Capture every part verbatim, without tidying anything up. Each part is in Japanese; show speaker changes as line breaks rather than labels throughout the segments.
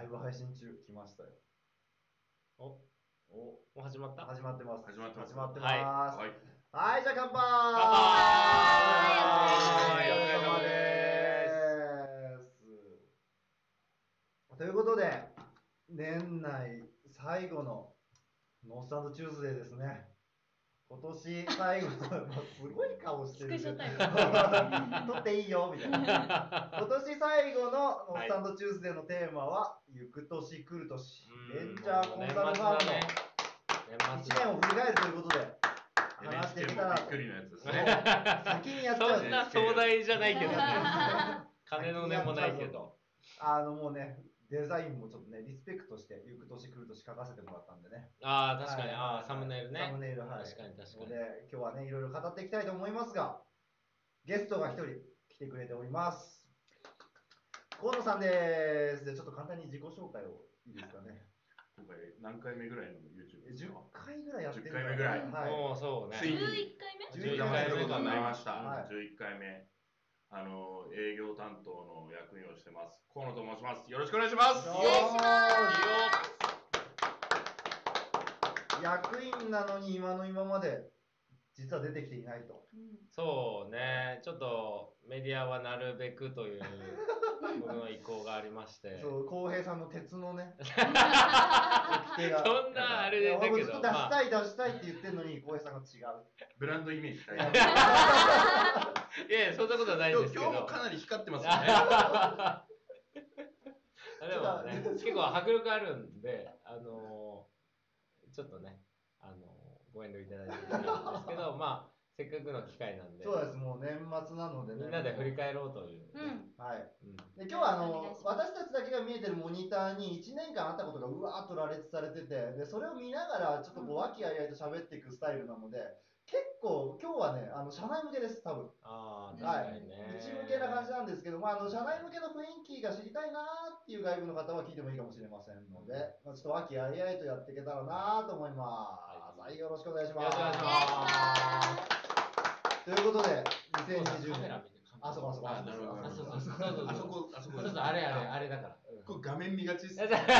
ライブ配信中来ましたよ。
おおもう始まった？
始まってます。
始まってます。
始まってます。
はい。
はい、じゃあ乾杯。
乾杯。
お疲れ様です。ということで、年内最後のノース&チューズデーですね。今年最後の、もうすごい顔してる。
スクショタイム
撮っていいよみたいな。今年最後のノース&チューズデーのテーマは、行く年来る年、レンジャーコンサルファームのいちねんを振り返るということで話していけたらと。
びっくりのやつですね。
先にやっちゃう。
そんな壮大じゃないけどね。金の値もないけど。
あのもうね、デザインもちょっとね、リスペクトして、行く年来る年書かせてもらったんでね。
ああ、確かに、ああ、サムネイルね。
サムネイル、はい。
確かに確かに。
で、今日はね、いろいろ語っていきたいと思いますが、ゲストが一人来てくれております。河野さんです。で、ちょっと簡単に自己紹介をいいですかね。
今回何回目ぐらいの YouTube ですか？
じゅっかいぐらいやってる
じゅっかいめぐらい。
はい。
もうそうね。
ついに
じゅういっかいめ
じゅういっかい
お世話になりました。
はい
じゅういっかいめ。あの営業担当の役員をしてます。河野と申します。よろしくお願いします。
お願いします。
役員なのに今の今まで実は出てきていないと。
うん、
そうね、ちょっとメディアはなるべくという僕の意向がありまして。
そう、浩平さんの鉄のね。
そんなあれでだけど。
ずっと出したい出したいって言ってるのに浩平さんが違う。
ブランドイメージ大
いやいや、そんなことはないんですけど。
今日もかなり光ってますよね。
でもね、結構迫力あるんで、あのー、ちょっとね、あのー、ご遠慮いただいていいんですけど、まあ、せっかくの機会なんで。
そうです、もう年末なのでね。
みんなで振り返ろうという、ね。
うん。
はい。
うん、
で今日はあの私たちだけが見えてるモニターにいちねんかんあったことがうわーっと羅列されてて、でそれを見ながらちょっとこう和気あいあいと喋っていくスタイルなので、結構今日はね、あの社内向けです多分。
ああ、確
はい
かにね。
内向けな感じなんですけど、まあ、あの社内向けの雰囲気が知りたいなーっていう外部の方は聞いてもいいかもしれませんので、まあ、ちょっと和気あいあいとやっていけたらなと思います。はい、よろしくお願いします。
よろしくお願いします。
ということで、にせんにじゅうねん。あそこあそこ。
あ、なるほど。
あ、そうそうそう。
あそこ、あそこ。
そうそう、あれあれ、あれだから。
これ画面見がちっす。こ
れね、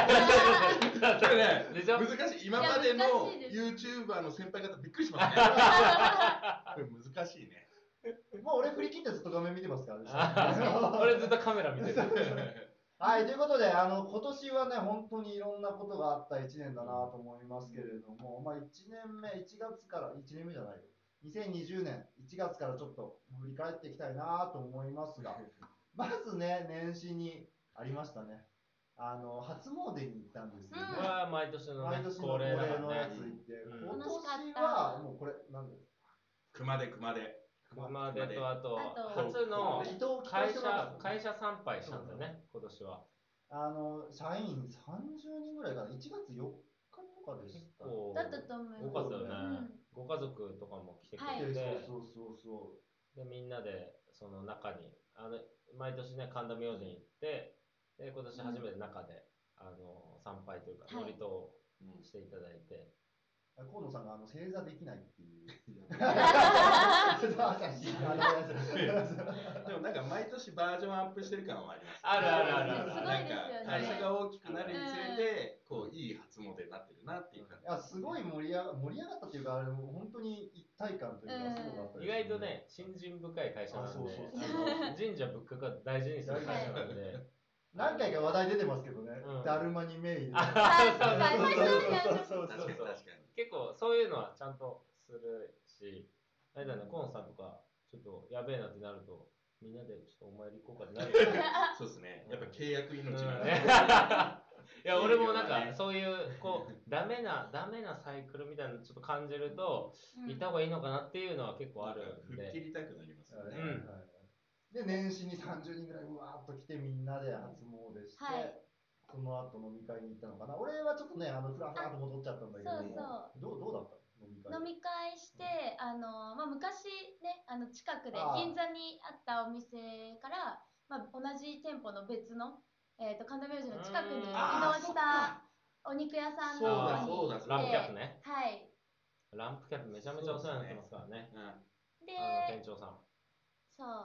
難しい。今までの YouTuber の先輩方びっくりしますね。これ難しいね。
もう俺振り切ってずっと画面見てますからね。
俺ずっとカメラ見てる。
はい、ということで、あの今年はね、本当にいろんなことがあったいちねんだなと思いますけれども、まあ、いちねんめ、いちがつから、いちねんめじゃないよ、にせんにじゅうねんいちがつからちょっと振り返っていきたいなと思いますが、まずね、年始にありましたね。あの初詣に行ったんですよね。
これは毎年の、ね、
毎年の恒例のやつ行って、うん、今年はもうこれ、なんで
熊手熊手。
熊手とあと、初の会社、会社参拝したんだよね、今年は。
あの、社員さんじゅうにんぐらいかな、いちがつよっかとかでした。
だったと思います。
多かったよね。ご家族とかも来てくれて、
そうそうそう
で、みんなでその中に、あの毎年ね、神田明神に行って、で、今年初めて中で、あの参拝というか、祝詞をしていただいて。
河野さんがあの正座できないっていう。で
もなんか毎年バージョンアップしてる感はあります。
あるあるあるある。
すごいですよね。
会社が大きくなるにつれて、こういい初詣になってるなっていう感じ。
いや、すごい盛り上が盛り上がったっていうか、あれも本当に一体感というか、すごかったです。
意外とね、信心深い会社なんで、神社仏閣が大事にする会社なんで。
何回か話題出てますけどね、だるまに目入れて。
そうそうそうそう。
結構そういうのはちゃんとするし、あれだね、コンさんとかちょっとやべえなってなると、みんなでちょっとお参り行こうかってなるよね。
そうですね。やっぱ契約命なんで。
いや、俺もなんかそういうこうダメなダメなサイクルみたいなのちょっと感じると、行った方がいいのかなっていうのは結構あるんで。
吹っ切りたくなりますよね。
で、年始にさんじゅうにんぐらいうわーっと来てみんなで初詣して、はい、その後飲み会に行ったのかな。俺はちょっとね、あのふらふらっと戻っちゃったんだけど、そうそうどうどうだった飲み会？
飲み会して、あのまあ、昔ね、あの近くで銀座にあったお店から、まあ、同じ店舗の別の、えー、と神田明神の近くに移動したお肉屋さんの方に行って、
ランプキャップね。
はい。
ランプキャップめちゃめちゃお世話になってますからね。
で、
あの店長さん。
そう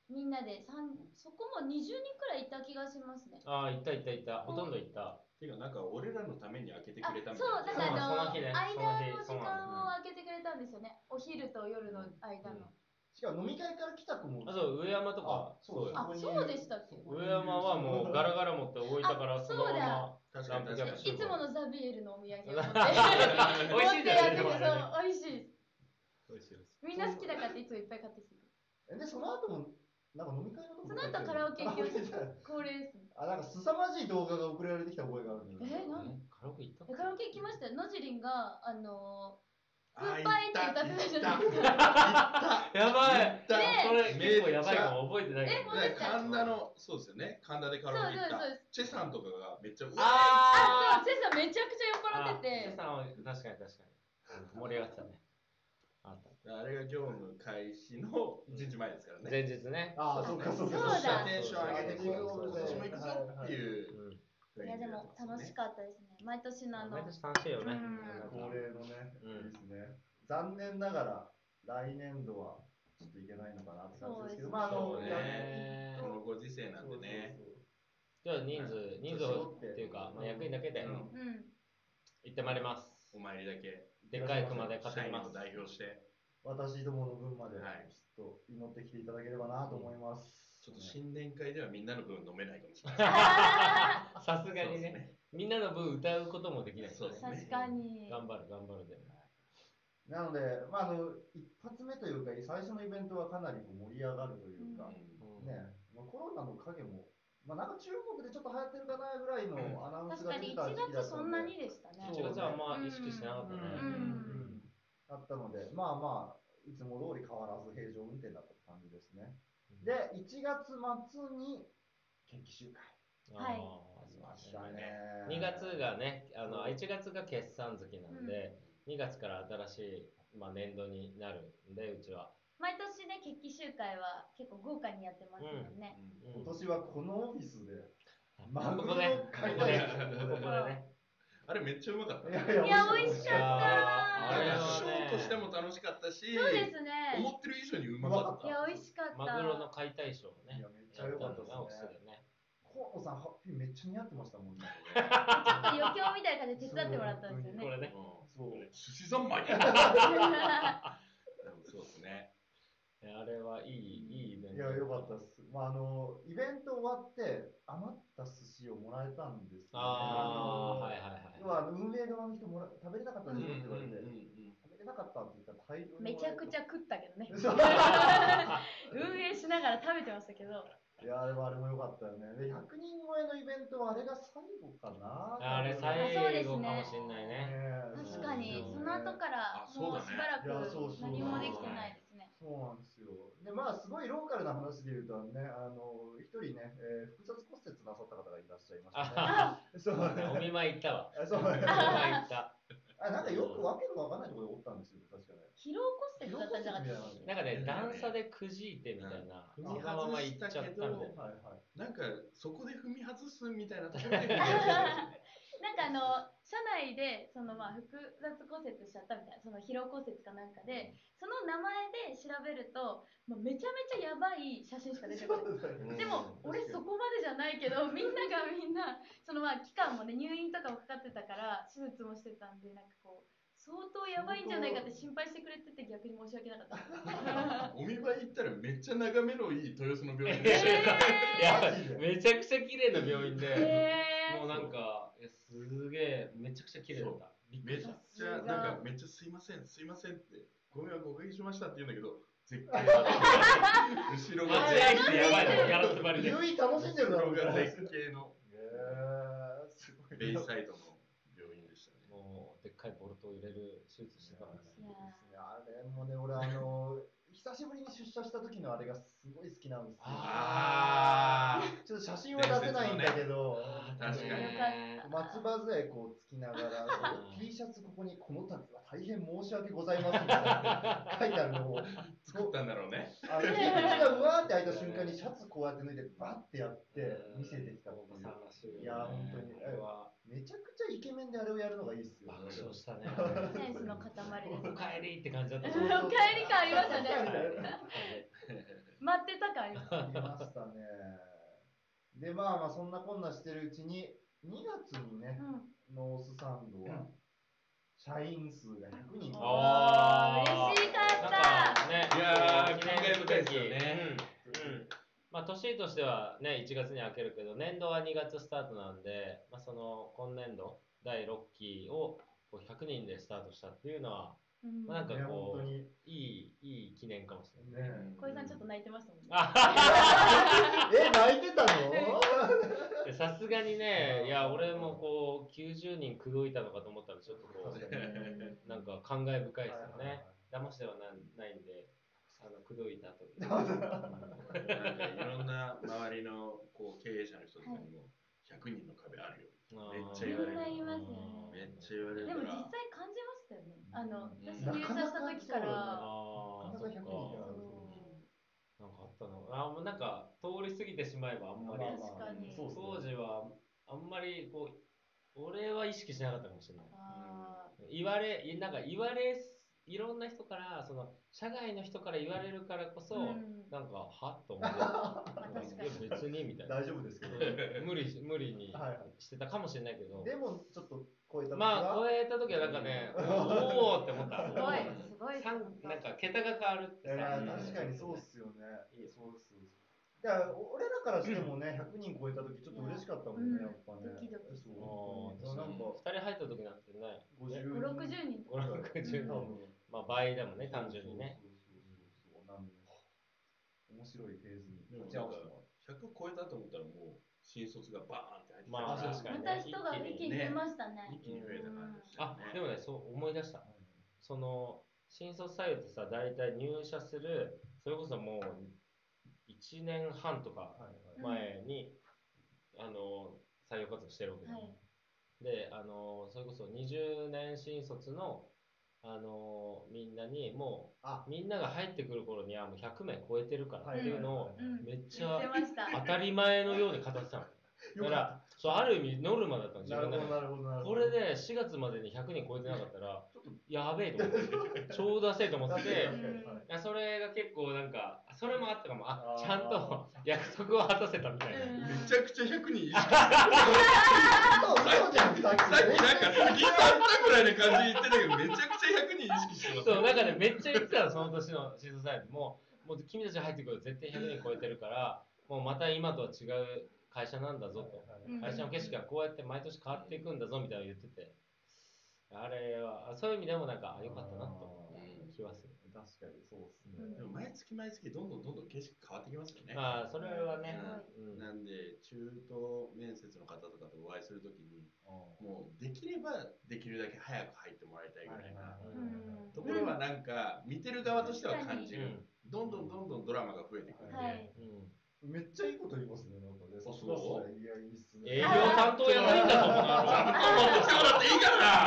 みんなでさんそこもにじゅうにんくらいいた気がしますね。
ああ、いたいたいた。ほとんどいた。
ていうか、なんか俺らのために開けて
あ
くれたみたい
そう、
な。
なんかあの
その日ね
間の時
その日
間を空けてくれたんですよね。お昼と夜の間の。
しかも飲み会から来た子も。
あ、そう、上山とか。
あそう
よ
あ、そうでしたっけ。
上山はもうガラガラ持って置いたから、
あ
そのまま
確かに確かに。
いつものザビエルのお土産を持って
美味しいんだよね。
持ってやってて、そう、美味しいです。
美味しいです。
みんな好きだからっていつもいっぱい買ってきて。
えで、その後も、なんか飲み会のとこ
その後カラオケ行きました。恒例ですね。
あ、なんか凄まじい動画が送られてきた覚えがあるんだけど。
え、なん
カラオケ行った
カラオケ行きましたよ。のじりんが、あの
あ
グッバイって歌ってたじゃない
行った行った
やばい。
行った
これ結構やばいかも覚えてないけ
え、
ど。
本当ですか。
神田の、そうですよね。神田でカラオケ行った
そうそうそう。
チェさんとかがめっちゃうわ
あ
あ、そう、チェさんめちゃくちゃ酔っ払ってて。
チェさんは確かに確かに。盛り上がってたね。あった。
あれが業務開始のいちにちまえですからね。
前日ね。
ああ、そうかそうか。
そうだ
テンション上げてこう。
そうだ
今年も行くぞっていう。
いやでも楽しかったですね。毎年のあの。
毎年楽しいよね。
恒例のね、
うん
いいですね。残念ながら来年度はちょっといけないのかなって感じですけど、まああの、
ね
このご時世なんでね。
じゃあ人数、人数っていうか、まあ、役員だけで
うん
行ってまいります。
お参りだけ。
でっかい熊で買ってきます。
社員を代表して。
私どもの分まで
はい
ちょっと祈ってきていただければなと思います。
ちょっと新年会ではみんなの分飲めないかもしれない。
さすがにね。みんなの分歌うこともできない。
そうですね。
確かに。
頑張る頑張るで。
なので、まあ、あの一発目というか最初のイベントはかなりこう盛り上がるというか、
うん
ね、まあ、コロナの影も、まあ、なんか中国でちょっと流行ってるかなぐらいのアナウンス
確かに
が出てた
いち
時期だったので、
がつそんなにでしたね。
いちがつはあんま意識してなかったね。
うんうんあったので、まあまあいつも通り変わらず平常運転だった感じですね。で、いちがつ末に決起集会。
はい。
しましたね。
にがつがね、あのいちがつが決算月なんで、にがつから新しい、まあ、年度になるんで、うちは。
毎年ね、決起集会は結構豪華にやってますもんね。
うん、今年はこのオフィスで、
マグロの解体ショー。ここでね。
あれめっちゃうまかった。
いや、美味しかった。
あれはショーとしても楽しかったし、
そうですね。
思ってる以上にうまかった。
いや、美味しかった。
マグロの解体ショーね。
いや、めっちゃ良かったですね。河野さん、ハッピーめっちゃ似合ってましたもんね。
ちょっと余興みたいな感じで手伝ってもらったんですよね。
これね。
そう。寿司三昧。そうですね。
あれはいい、いいイベント。
いや、よかったです。まあ、あの、イベント終わって、余った寿司をもらえたんですよね。
ああ、はいはいはい。
要は、運営側の人もら食べれなかったですよって言われて、食べれなかったって言ったら大量に。
めちゃくちゃ食ったけどね。運営しながら食べてましたけど。
いや、でもあれも良かったよね。で、ひゃくにん超えのイベントはあれが最後かな。
あれ最後かもしれないね。
確かに、その後からもうしばらく何もできてないですね。
そうなんですよ。で、まあ、すごいローカルな話で言うとね、あの、一人ね、えー、複雑骨折なさった方がいらっしゃいましたね。そう。
お見舞い行ったわ。
そう。お見舞い
行った。
あ、なんかよくわけのわかんないところで折ったんですよ、確かね。
疲労骨折だったんじゃなかった。
なんかね、段差でくじいてみたいな。
踏み外したけど、なんかそこで踏み外すみたいなところで踏み外した。
なんかあの社内でそのまあ複雑骨折しちゃったみたいな、その疲労骨折かなんかで、その名前で調べるともうめちゃめちゃやばい写真しか出てこない。でも俺そこまでじゃないけど、みんながみんなそのまあ期間もね、入院とかもかかってたから手術もしてたんで、なんかこう相当やばいんじゃないかって心配してくれてて、逆に申し訳なかった。
お見舞い行ったらめっちゃ眺めのいい豊洲の病院
でした。いや、めちゃくちゃ綺麗な病院で、もうなんかすげえめちゃくちゃ綺麗だった。
めっちゃなんかめっちゃすいませんすいませんってご迷惑おかけしましたって言うんだけど、絶景だ後ろが
絶景やばいね、ガラス張りで。
優位楽しんでるだろう
が絶景のベイサイドの病院でしたね。
もうでっかいボルトを入れる手術してたんですね。
あれもね、俺あの久しぶりに出社した時のあれがすごい好きなんですよ。
ああ。
ちょっと写真は出せないんだけど、
確かに。
松葉杖こうつきながら、T シャツここにこの度は大変申し訳ございませんみたいな書いてあるのを
作ったんだろうね。
あの入り口がうわーって開いた瞬間にシャツこうやって脱いでバッてやって見せてきたっていう。いや本当にめちゃくちゃイケメンであれをやるのがいいっすよ。
そうしたね。
センスの塊です。
お帰りって感じだった。
お帰り感ありましたね。待ってた差感あります。
ありましたね。で、まあまあ、そんなこんなしてるうちに、にがつにね、
うん、
ノースサンドは、社員数がひゃくにん。
あー、嬉しかった。
ね、
いやー、
記
感慨深いですよね。
うん。うん。まあ、年としてはね、いちがつに明けるけど、年度はにがつスタートなんで、まあ、その、今年度、だいろっきをこうひゃくにんでスタートしたっていうのは、
うん
まあ、なんか
ね
こう、
本当に
いい、いい記念かもしれない。
ね
小井さんちょっと泣いてましたもんね。
え、泣いてたの？
でさすがにね、いや、俺もこう、きゅうじゅうにん口説いたのかと思ったら、ちょっとこ
確かに
う、なんか感慨深いですよ
はいはいはい
ね。騙しではなないんで、あの、口説いたという。
なんかいろんな周りのこう経営者の人とかにもひゃくにんの壁あるよ。めっちゃ言われる。
みんな言いますよね。
めっちゃ言われるから。
でも実際感じましたよね。あの、
うん
私入社した時から。
ああ、そっか。
ひゃくにんがあるそう
なんかあったのあもうなんか通り過ぎてしまえばあんまり、
確かに
そうっすね
当時はあんまりこう俺は意識しなかったかもしれない
あ
言われなんか言われいろんな人からその社外の人から言われるからこそ、
うん
なんかはっと思って
あ、確かに。
いや別にみたいな
大丈夫ですけど。
無理し無理に
はいはい
してたかもしれないけど
でも、ちょっと超えた時は。
まあ超えた時はなんかね、おおって思った。
すごい、すごい。
三なんか桁が変わるってさ。
いや、確かにそうっすよね。そうです。いや、俺らからしてもね、ひゃくにん超えた時ちょっと嬉しかったもんね、やっぱね。
ドキドキする
そう。なんか、
ふたり入った時なんてね、
ごじゅう、
ご、ろくじゅうにんと
ご、
か。
ろくじゅう
多分。
まあ倍だもんね、単純にね。
そうそうそうそう。なんで、面白いフェーズに
でも
立ち会わせて
なんか
も
ひゃく超えたと思ったらもう新卒がバーンって入ってきた。
まあ確かにね。
また人が一気に増えましたね。
一気に増えた感じでした
あ、
ね。
でもね、そう思い出した。その、新卒採用ってさ、大体入社する、それこそもういちねんはんとか前に、あの、採用活動してるわけだ、
はい。
で、あの、それこそにじゅうねん新卒の、あの、みんなに、も
あ
う、みんなが入ってくる頃にはもうひゃくめい超えてるからっていうのを、
うん、
めっち
言って
ゃ
ました。
当たり前のように語ってたの。だから、そう、ある意味ノルマだったの、自
なるほど、
分の中で。
なるほど、なるほど。
これでしがつまでにひゃくにん超えてなかったら、やべえと思って、ちょうど焦いと思ってて、いやそれが結構なんか、それもあったかも、あ、ちゃんと約束を果たせたみたいな。
めちゃくちゃひゃくにん意識して
そうそうじゃん、さっき。
さっきなんか過ぎ去ったぐらいの感じで言ってたけど、めちゃくちゃひゃくにん意識してます。
そう、なんかね、めっちゃ言ってたの、その年のシーズンサイドもう、もう君たち入ってくると絶対ひゃくにん超えてるから、もうまた今とは違う会社なんだぞと。会社の景色がこうやって毎年変わっていくんだぞみたいなの言ってて、あれは、そういう意味でもなんか、良かったなと気はする。
確かにそうですね。
でも毎月毎月どんどんどんどん景色変わってきますよね。
まあ、それはね。
うんなんで、中途面接の方とかとお会いするときに、もうできればできるだけ早く入ってもらいたいぐらいなところはなんか見てる側としては感じる。どんどんどんどんドラマが増えてくるんで。
はい
めっちゃいいこと言いますね、なんかね。
あそう
いや、いいっすね。
営業担当やないんだぞ、この野郎。
ちゃんと持ってきてもらっていい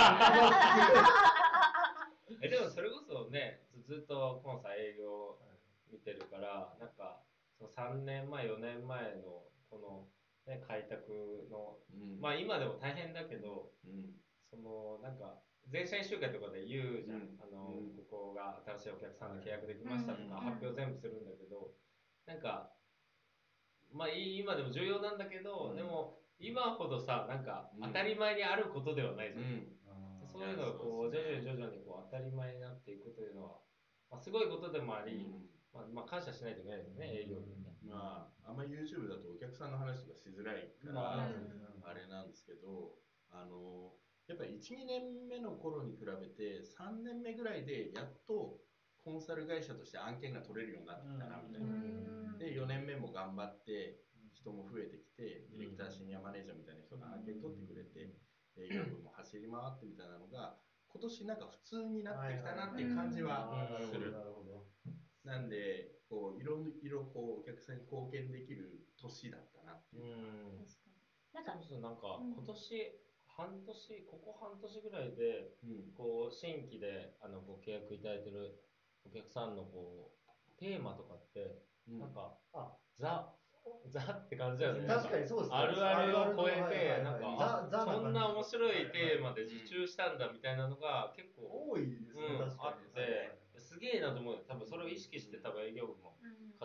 から
えでもそれこそね、ずっとコンサ営業見てるから、なんかそのさんねんまえ、よねんまえのこの、ね、開拓の、
うん
まあ今でも大変だけど、
うん
そのなんか全社員集会とかで言うじゃん、
うん
あの、
うん
ここが新しいお客さんで契約できましたとか
うん
発表全部するんだけど、なんかまあ今でも重要なんだけど、
うん
でも今ほどさ、なんか
うん
当たり前にあることではないじゃん。
うん
そういうのがこう徐々に徐々にこう当たり前になっていくというのは、まあ、すごいことでもあり、まあ、まあ感謝しないといけないですよね、営業にね。
まあ、あんまり YouTube だとお客さんの話とかしづらいから、
まあ
あれなんですけど、あの、やっぱりいち、にねんめの頃に比べて、さんねんめぐらいでやっとコンサル会社として案件が取れるようになってきたな、みたいな。で、よねんめも頑張って、人も増えてきて、ディレクター、シニアマネージャーみたいな人が案件取ってくれて、営業部も走り回ってみたいなのが、今年なんか普通になってきたなっていう感じはする。なんで、こういろいろこうお客さんに貢献できる年だったなっていう。
うん
なんか
そうそう、なんか
うん
今年半年、ここ半年ぐらいで、
うん
こう新規であのご契約いただいてるお客さんのこうテーマとかって、
うん
なんか
あ
ザザって感じだよね。
確かにそうですね。
あるあるを超えて、
はいはいはい
なんか、
ザザ
あそんな面白いテーマで
はい
受注したんだみたいなのが結構、
多いですね、
うん、
確かに。
あって、すげえなと思うよ。多分それを意識して多分営業部も活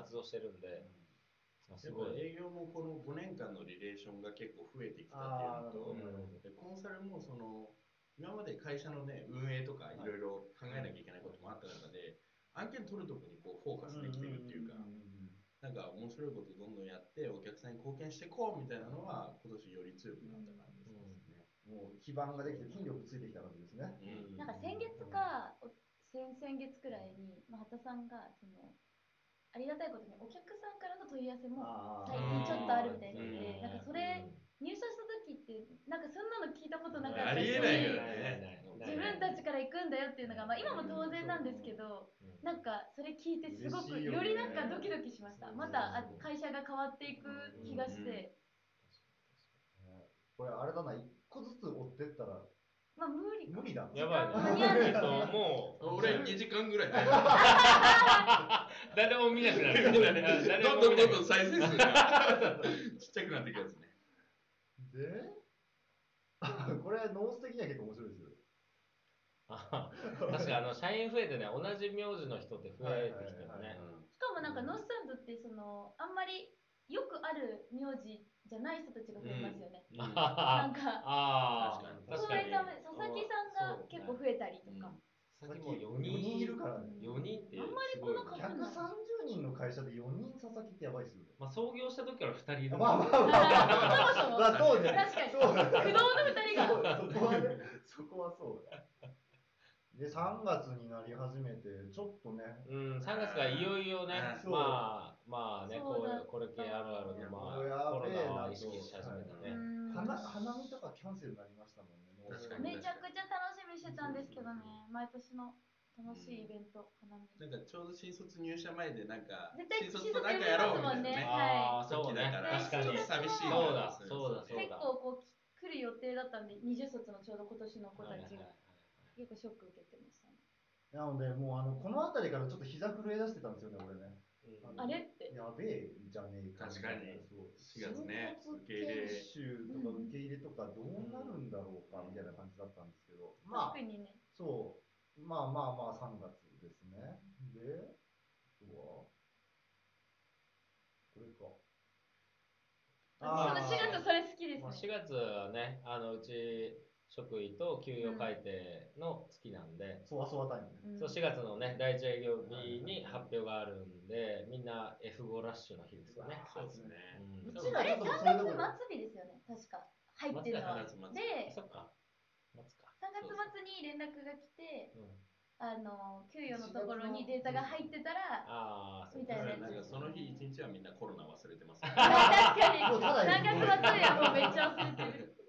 活動してるんで、あす
やっ
ごい。
ぱ営業もこのごねんかんのリレーションが結構増えてきたっていうのと、
うん
でコンサルもその今まで会社のね運営とかいろいろ考えなきゃいけないこともあった中で、案件取るとこにこうフォーカスできてるっていうか、なんか面白いことどんどんやってお客さんに貢献していこうみたいなのは今年より強くなった感じですね。
もう基盤ができて筋力ついてきた感じですね。
うん
なんか先月かお先々月くらいに、まあ、畑さんがそのありがたいことにお客さんからの問い合わせも最近ちょっとあるみたいなので、なんかそれ入社した時ってなんかそんなの聞いたことなかったし、
ありえないよ
ね
自分たちから行くんだよっていうのが、まあ、今も当然なんですけど、なんかそれ聞いてすごくよりなんかドキドキしました。またあ会社が変わっていく気がして、
これあれだな、一個ずつ追ってったら
まあ無理
無理だ。
やばいね。
間に合わない
えっともう
俺にじかんぐらい
誰も見なくなる。
どんどんどんどん再生数がちっちゃくなっていくやつね。
でこれノース的には結構面白いですよ。
あ確かにあの社員増えてね、同じ名字の人って増えてきてるね。
しかもなんかノースサンドってそのあんまりよくある名字じゃない人たちが増えますよね。
なん
か
ああ、
浩平さん、佐々木さんが結構増えたりとか。
佐々木もよ
よにんいるからね。
よにんって
あんまりこの数
ひゃくさんじゅうにんの会社でよにん佐々木ってやばいっすよね。
まあ創業した時からふたりいる。
まあまあまあまあ。
そもそも
まあそうね。
確かに
そうだ
不動のふたりが。
そこはね、そこはそうだ。で、さんがつになり始めて、ちょっとね。
うん、さんがつからいよいよね、まあまあね、こうこれ系あるあるの、まあコロナは意識し始めたね。
花花見とかキャンセルになりましたもんね。
確かに
めちゃくちゃ楽しみにしてたんですけどね、毎年の楽しいイベント、花見。
なんかちょうど新卒入社前でなんか
絶対
新卒となんかやろうみたいなね。
ああ、そうね。
確
かに
寂しい。
そうだ、そうだ、そうだ。
結構こう来る予定だったんで、にじゅっ卒のちょうど今年の子たちが結構ショック受けてましたね。
なので、もうあのこの辺りからちょっと膝震え出してたんですよね、俺ね。
あれって。
やべえじゃねえか。
確かに。しがつね。
受け入れ。研修とか受け入れとかどうなるんだろうかみたいな感じだったんですけど。まあ、
特にね。
そう。まあまあまあさんがつですね。で、あとは、これか。
ああ、しがつそれ好きですね。
しがつはね、あのうち職位と給与改定の月なんで、
そわそわタイム
ね。そうしがつのねだいいち営業日に発表があるんで、みんな エフご ラッシュの日ですよね。
そうですね。
うちら
あれさんがつ末日ですよね、確か入ってるのは。で、
そっか。末か。
さんがつ末に連絡が来て。あの給与のところにデータが入ってたら、
あ
みたいなやつ。
なんかその日一日はみんなコロナ忘れてます。
確かに。さんがつ末はもうめっちゃ忘れてる。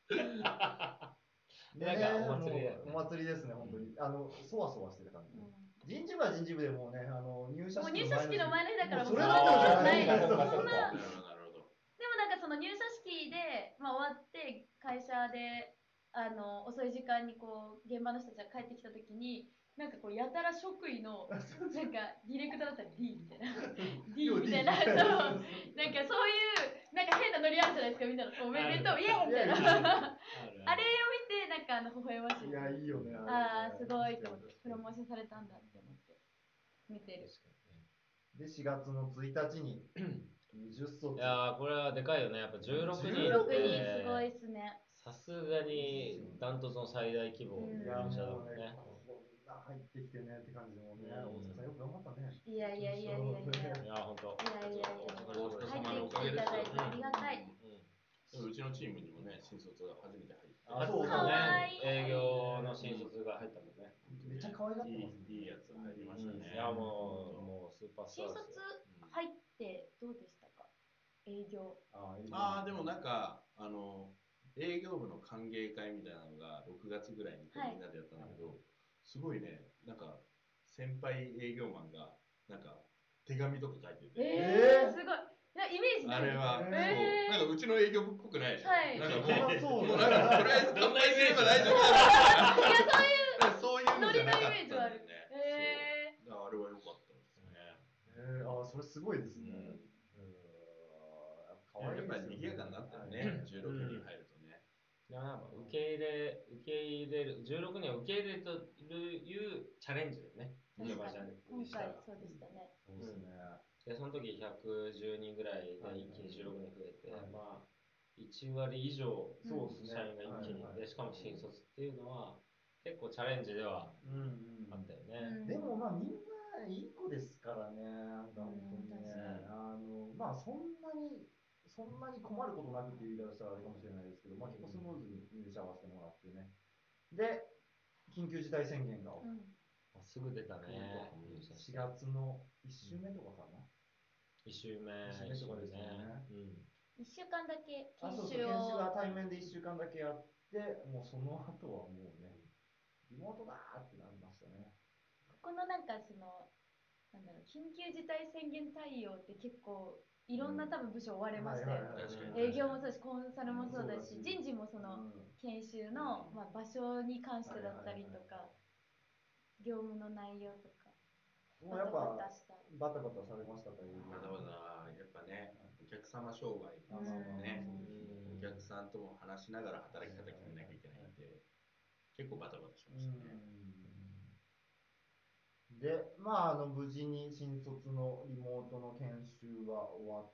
なんかお祭り、お祭りですね、本当に。あの、そわそわしてる感じ。人事部は人事部でもうね、あの入社式
の前の日だから、もう
それだったらない
です。そんな。
なるほど、なるほど。
でもなんかその入社式で、まあ、終わって会社であの遅い時間にこう現場の人たちが帰ってきた時に。なんかこうやたら職位のなんかディレクターだったら D みたいな D みたいなそうなんかそういうなんか変なノリあるじゃないですかみんなのおめでとうイエーイみたいなあれを見てなんかあの微笑ましい。
いやいいよね。
ああすごいと思ってプロモーションされたんだって思って見てる。
でしがつのついたちににじゅっ卒。
いやーこれはでかいよね。やっぱじゅうろくにんって
じゅうろくにんすごいっすね。
さすがにダントツの最大規模の会社だもんね。
入ってきてねって感じでもね、大塚さんよく頑張ったね。
いやいやいやいやいや。
いや本当。
いやいやいや。入ってきていただいてありがたい。
うちのチームにもね、新卒が初めて入って。
あ、そうだね。営業の新卒が入ったもんね。
めっちゃ可愛がってます
ね。いいやつ入りましたね。
いやもうもうスーパースター。
新卒入ってどうでしたか？営業。
ああでもなんかあの営業部の歓迎会みたいなのがろくがつぐらいにみんなでやったんだけど、すごいね、なんか先輩営業マンがなんか手紙とか書いてて、
えー、すごい。なイメージ
あれは、
えー、
そうなんかうちの営業部っぽくないでしょ。
はい。
なんかもう、
そう
もうなんかとりあえず乾杯すれば大丈夫だみたいな。そういうそういうのじゃなかったんだよね。
え
ー、そうあれは良かったですね。
えー、あそれすごいですね。うん
やっぱり賑やかになったよね、じゅうろくにん入るとね。
いやなんか受け入れ、受け入れる、じゅうろくにんを受け入れるというチャレンジだよね。
確かに今回そうでしたね。
そうですね。
でその時ひゃくじゅうにんぐらいで一気にじゅうろくにん増えて、
はい
まあいち割以上
そうですね。
社員が一気に、
はいはい
でしかも新卒っていうのは結構チャレンジでは
うんうん
あったよね。
でもまあみんないい子ですからね、なんか本当にね、
うん
あのまあそんなにそんなに困ることなくっていう言い方したらあれかもしれないですけど、まあ結構スムーズに入社はしてもらってね。で、緊急事態宣言が
うん
すぐ出たね。
しがつのいっ週目とかかな。
いっ週目。
いっ週目とかですよね。
うん。
いっしゅうかんだけ
あ、
研
そうそう、
修
研修は
を。
対面でいっしゅうかんだけやって、もうその後はもうね、リモートだーってなりましたね。
ここのなんかそのなんだろう、緊急事態宣言対応って結構いろんな多分部署追われましたよね。
はいはいはい
確かに
営業もそうだし、コンサルもそうだし、
うん
人事もその研修の、まあ、場所に関してだったりとか、業務の内容とか、
もうやっぱ
バタバタした。
バタバタされましたか、
まだまだやっぱね、お客様商売です
あまあまあ
ね
そうですね。
お客さんとも話しながら働き方決めなきゃいけないんで、結構バタバタしましたね。
で、まあ、あの無事に新卒のリモートの研修は終わって、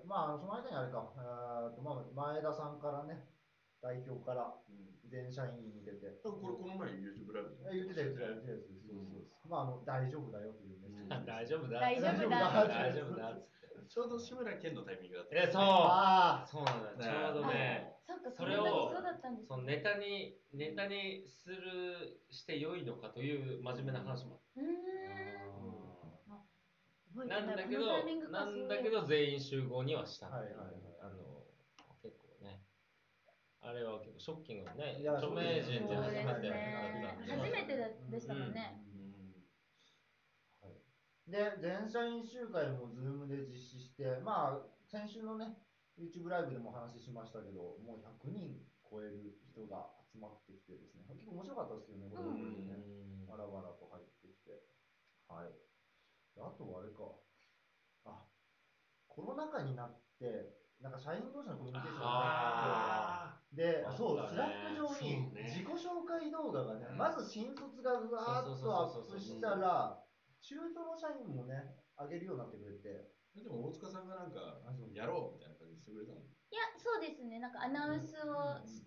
まあ、その間にあれか、えーとまあ、前田さんからね、代表から
うん
全社員に向けて、
これこの前 YouTube ライブで
え言ってた言ってた言ってたやつです、そうそうそう、まあ、あの大丈夫だよというメッセージです。
大丈夫だ。
大丈夫だ
大丈夫だ。
ちょうど志村けんのタイミングだった。
え、そう。
あ
そうなのよ。ちょうどね。
そっか、
それを
そうだったんですね。
そのネタにネタにするして良いのかという真面目な話も
うーん。覚えてない
なんだけ
このタイミン
ど
グか
なんだけど全員集合にはしたっていう、
はいはいはい
あの結構ねあれは結構ショッキングなね
いや
著名人で
そうです
初めてだったんで、
ね。初めてでしたもんね。
で、全社員集会も Zoom で実施して、まあ、先週のね、YouTube ライブでもお話ししましたけど、もうひゃくにん超える人が集まってきてですね、結構面白かったですよね、これをね、わらわらと入ってきて。はい。あとはあれか、あ、コロナ禍になって、なんか社員同士のコミュニケーションがなくて、で、そう、スラック上に自己紹介動画がね、まず新卒がうわーっとアップしたら、中途の社員もね、上げるようになってくれて。
でも大塚さんがなんか、やろうみたいな感じでしてくれたの。
いや、そうですね。なんかアナウンスをして、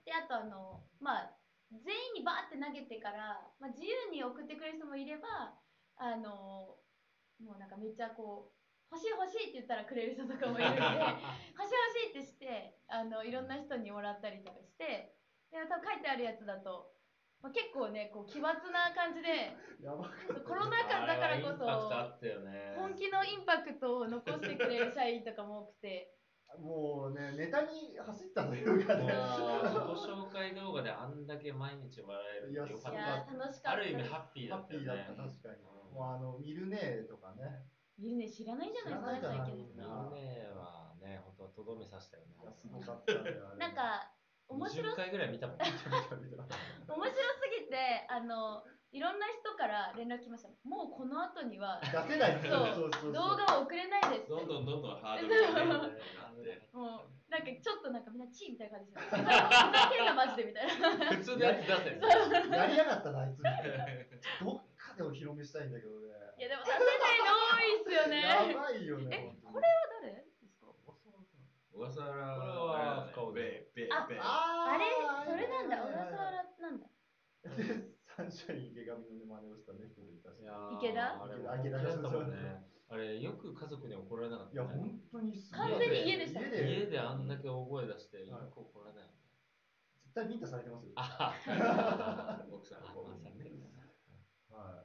で、あとあの、まあ、全員にバーって投げてから、まあ、自由に送ってくれる人もいれば、あの、もうなんかめっちゃこう、欲しい欲しいって言ったらくれる人とかもいるんで、欲しい欲しいってして、あの、いろんな人にもらったりとかして、で、多分書いてあるやつだと、まあ、結構ね、こう奇抜な感じで、コロナ禍だからこそ、本気のインパクトを残してくれる社員とかも多くて、
もうね、ネタに走ったというかね。
自己紹介動画であんだけ毎日笑えるってよかった。
いや、楽しかった。
ある意味ハッピーだったよね。
ハッピーだった、確かに。もうあの、ミルネーとかね。
ミルネー知らないんじゃないですかね、最近の人。
ミルネーはね、本当とどめさせたよね。
いや、すごかったね。
なんか、面白
じゅっかいぐらい見たもん。
面白すぎて、あの、いろんな人から連絡来ました。もうこの後には
出せない。
そうそう動画を送れないです。
どんどんどんどんハードルがね、
もうなんかちょっとなんかみんなチーみたいな感じですよ。ふざけんなマジでみたいな。
普通のやつ出せ。
やりやがったなあいつ。どっかでお披露目したいんだけどね。
いやでも出せないの多いっすよね。
やばいよね。
え、これは誰ですか？
小笠原
は深尾
ベベベ
あれそれなんだ。小笠原なんだ。
サンシャイン池上の真似をしたね人もいたし。
池田？
あれ池田だったもんね。あれよく家族に怒られなかった。
いや本当にす
ごい。完全に家でした。
家であんだけ大声出してよく怒られないよね。
絶対ビンタされてますよ。
あ
奥さんの方にね。
はい。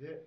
で、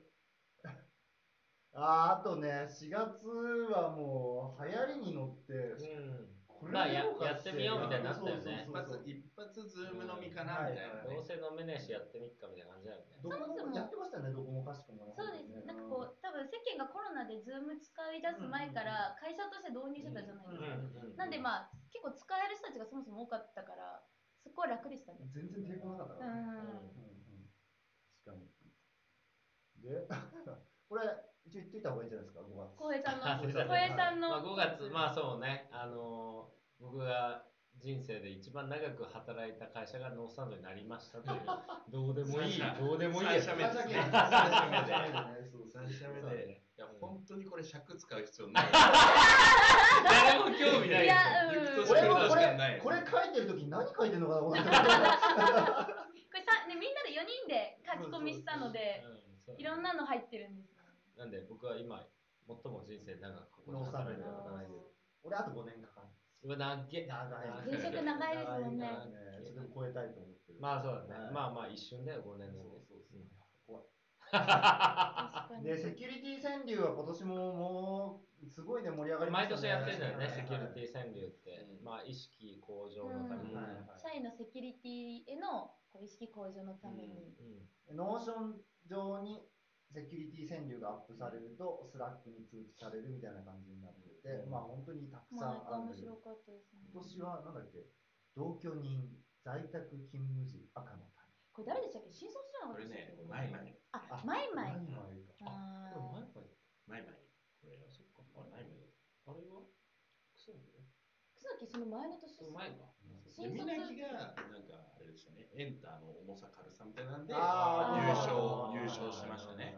ああとねしがつはもう流行りに乗って。
これまあややってみようみたいになったよね。
一発一発ズーム飲みかなみたいな。
どうせ飲めねえしやってみっかみたいな感じだよね。
どこもやってましたよね、どこもかしこもね。
そうです。なんかこう多分世間がコロナでズーム使い出す前から会社として導入してたじゃないですか。なんでまあ結構使える人たちがそもそも多かったからすっごい楽でしたね。
全然抵抗なかったからね。確かに。で、これ一応言っといた方がいいんじゃないですか、ごがつ。
浩平さんの。浩平さんの。
まあごがつ、まあそうね、あのー、僕が人生で一番長く働いた会社がノースタンドになりましたという、どうでもいい、どうでもいいやつ。
さん社目ですね。
さん社目で。
さん社目で。いや、本当にれ尺使う必要ない。
誰も興味ない
いや、うん、
行くと
俺もこ
確かにない
れこれ書いてる時何書いてるのかなこれ
これさ、ね、みんなでよにんで書き込みしたので、
うん、
いろんなの入ってるんですよ。
なんで僕は今最も人生長くここに働いてる働いてる。
俺あとごねんかかる。
うわ長い。
長い。
前職長いですもんね。
長いねちょっとでも超えたいと思ってる。
まあそうだね。
はい
まあまあ一瞬だよごねんなんで。
そうそうそう。怖い。
確かに。
で、セキュリティ川柳は今年ももうすごいね盛り上がりましたね。
毎年やってんだよね、
はい
セキュリティ川柳って。
うん
まあ意識向上のために。
うん
はいはい
社員のセキュリティへのこう意識向上のために。
うん
ノーション上にセキュリティ川柳がアップされると、スラックに通知されるみたいな感じになってて、
うん
まあ本当にたくさ
まあ、
んあるんだけど、
面白かったですね。
今年はなんだっけ、同居人、在宅勤務時、赤の
これ誰でしたっけ？新卒じゃな
これ
かったでしたっけ？
ね、マイマイ。
あ、マイマイ。
マイマイか。
あ
これ前
ー
か
マイマイ。これ、
そっか、
あれマイマイだ。
あれは草木
草木その前の年
その前か。
で、
新卒
みなぎが、なんか、あれでしたね、エンターの重さ軽さみたいなんで、優
あ
ー
勝、
あー
優勝しましたね。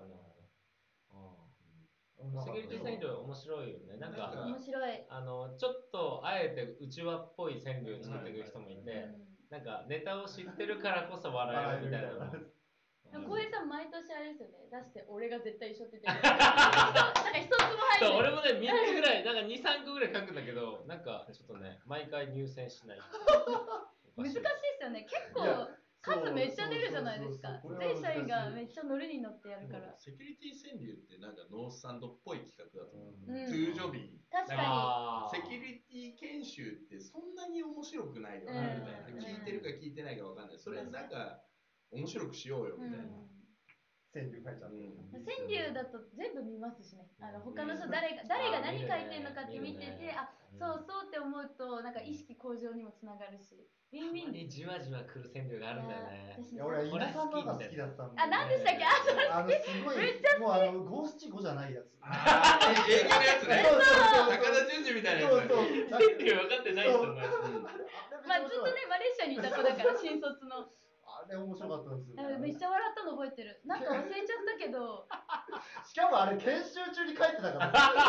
セキュリティ川柳面白いよね。なん
なんか
か、
面白い。
あの、ちょっとあえてうちわっぽい川柳を作ってくる人もいて、
うん
なんかネタを知ってるからこそ笑えるみたいなのも。
でも浩平さん毎年あれですよね。出して俺が絶対一緒って言ってる。なんか一つも入
そう、
る。
俺もね、みっつぐらい、なんかに、さんこぐらい書くんだけど、なんかちょっとね、毎回入選しない。
難しいですよね。結構数めっちゃ出るじゃないですか。全社員がめっちゃノリに乗ってやるから。
セキュリティ川柳ってなんかノースサンドっぽい企画だと思う。
うん
トゥージョビー。
確か
あー
セキュリティ研修ってそんなに面白くないよなみたいな、
うん
聞いてるか聞いてないかわかんない、それなんか面白くしようよ
に。
みたいな、
川柳書いちゃって。
うん
川柳だと全部見ますしね。あの他の人
うん
誰が誰が何書いてるのかって見
見るね
てて、あ、そうそうって思うとなんか意識向上にもつながるし、ウィンウィンです。
たまにじわじわ来る川柳があるんだよね。
い
いや、俺は稲さんのが好きだったん
あ、何でしたっけ？あ、
あの、すごい、もうあの、五七五じゃないやつ。
ああ映画のやつね、
そうそうそう
高田純次みたいなやつね、
そうそう。
川柳分かってない人お前。
まあずっとねマレーシアにいた子だから新卒の。
あれ面白かったんですよ。
めっちゃ笑ったの覚えてる。なんか忘れちゃったけど。
しかもあれ研修中に書いてたから。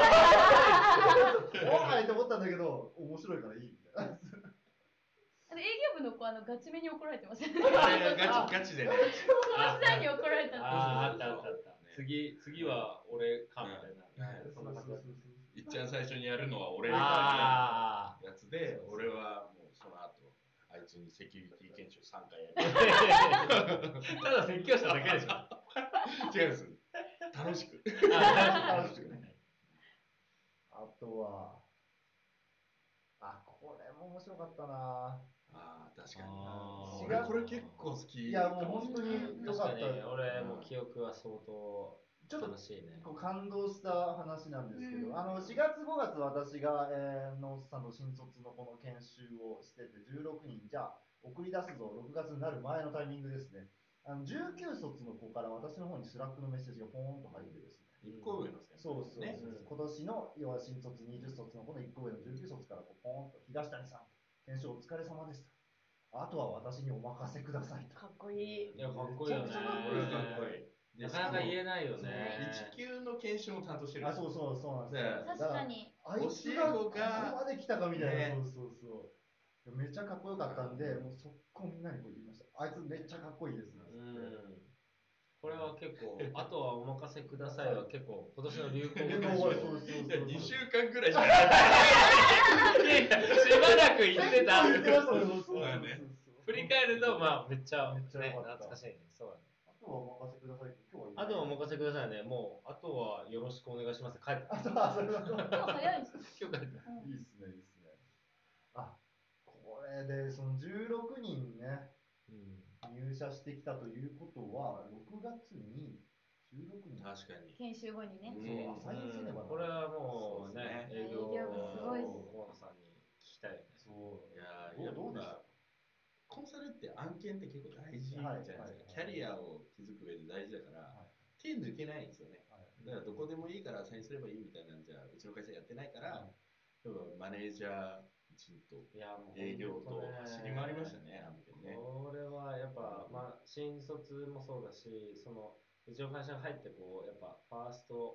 おーいって思ったんだけど、面白いからいいみたいな。
あの営業部の子あのガチめに怒られてましたね。
あれガチガチでね、
小松さんに怒られたの。
あーあったあったあった。次、次は俺かみたいな。
そんな感じだった
いっちゃん最初にやるのは俺みたい
あ
なやつで、俺はもうその後あいつにセキュリティ研修さんかいやる
あ。ただ説教しただけでしょ。
違うんです、楽しく
楽しくね。あとは、あ、これも面白かったな。
ああ確かに
あー
俺これ結構好き
いやもう本当によかった。
確かに俺も記憶は相当
ちょっと
楽しいね。
こう感動した話なんですけど、
うん
あのしがつごがつ私が、えー、ノースさんの新卒のこの研修をしててじゅうろくにんじゃあ送り出すぞろくがつになる前のタイミングですね。あのじゅうきゅう卒の子から私の方にスラックのメッセージがポーンと入ってですね。
一個上の先
そうそうそう、
ね、
今年の要は新卒にじゅう卒の子のいっこ上のじゅうきゅう卒からこうポーンと東谷さん研修お疲れ様でした。あとは私にお任せくださいと。
かっこいい。
いや、かっこいいよね。
めちゃくちゃかっこ
これ
いいです
かっこいい。
なかなか言えないよね。
いち級の研修も担当してる。
あ、そうそうそうなんですよ。
確かに。
あいつがここまで来たかみたいな、
ね
そうそうそう。めっちゃかっこよかったんで、もう速攻みんなにこう言いました。あいつめっちゃかっこいいですね。
うん。これは結構、あとはお任せくださいは結構、今年の流行語
流行語そうそうそう
いや、にしゅうかんぐらいしか
いやいやしばらく言ってた。
言ってましたね、そうそう
まあね
振り返ると、まあ、めっちゃ、
めっちゃ
ね、
良かった
懐かしいね。そうだね。
あとはお任せくださいって今日は
あとはお任せくださいね。もう、あとはよろしくお願いします。帰って。
あ、そう、あ、それだと。
今日早いですね。
今日帰って。
うん
いいっすね、いいっすね。あ、これで、そのじゅうろくにんね、
うん。
入社してきたということは、ろくがつにじゅうろくにん。
確かに。
研修後にね。
そう、アサインせねばな。
これはもうね、
そうですね
営業
営業部すごいっす
河野さんに聞きたいよね。
そう。
いやー、
どう
やっ
どうでした
ぱコンサルって案件って結構大事じゃないですか。
はいはい
キャリアを築く上で大事だから、
はい
手抜けないんですよね。
はい
だからどこでもいいからサインすればいいみたいなんじゃうちの会社やってないから、
はい
やっぱマネージャー陣と
いや、もう
営業と
本当ね
走り回りましたね、案件ね。
これはやっぱ、まあ、新卒もそうだし、その、うちの会社が入ってこう、やっぱ、ファースト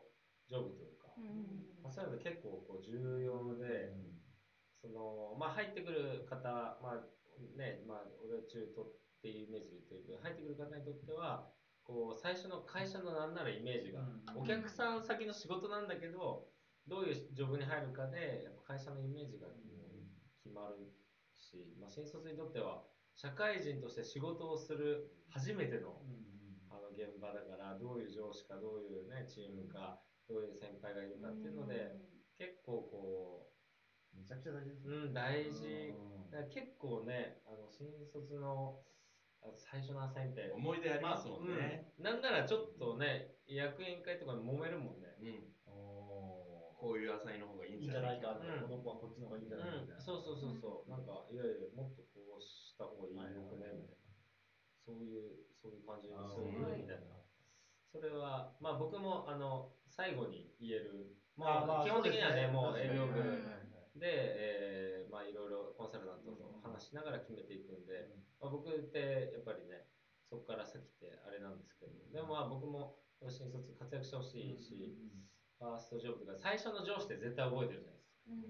ジョブというか、
うん
まあ、そういうの結構こう重要で、そのまあ入ってくる方、まあね、まあ俺は中途っていうイメージで言ってるけど、入ってくる方にとってはこう最初の会社のなんならイメージが、お客さん先の仕事なんだけど、どういうジョブに入るかでやっぱ会社のイメージが決まるし、まあ、新卒にとっては社会人として仕事をする初めてのあの現場だから、どういう上司かどういう、ね、チームかどういう先輩がいるかっていうので、結構こ
うめちゃくちゃ大事ですね。
う、うん、大事。だから結構ね、あの新卒の最初のアサインって
思い出ありますもんね、
まあうん、なんならちょっとね、役員会とかで揉めるもんね。
うん、こういうアサインの方がいいん
いいん
じゃなか、
じゃないいか、この子はこっちの方がいいんじゃないかみたいな。
うん、そうそうそうそう、なんかいやいやもっとこうした方がいいよくねみたいな、そういうそういう感じにするみたいな。それはまあ僕もあの最後に言える、まあ、まあ基本的にはね、もう営業部で、えー、まあいろいろコンサルタントと話しながら決めていくんで、まあ、僕ってやっぱりね、そこから先ってあれなんですけど、でもまあ僕も新卒活躍してほしいし、ファーストジョブとか最初の上司って絶対覚えてるじゃないですか。うん、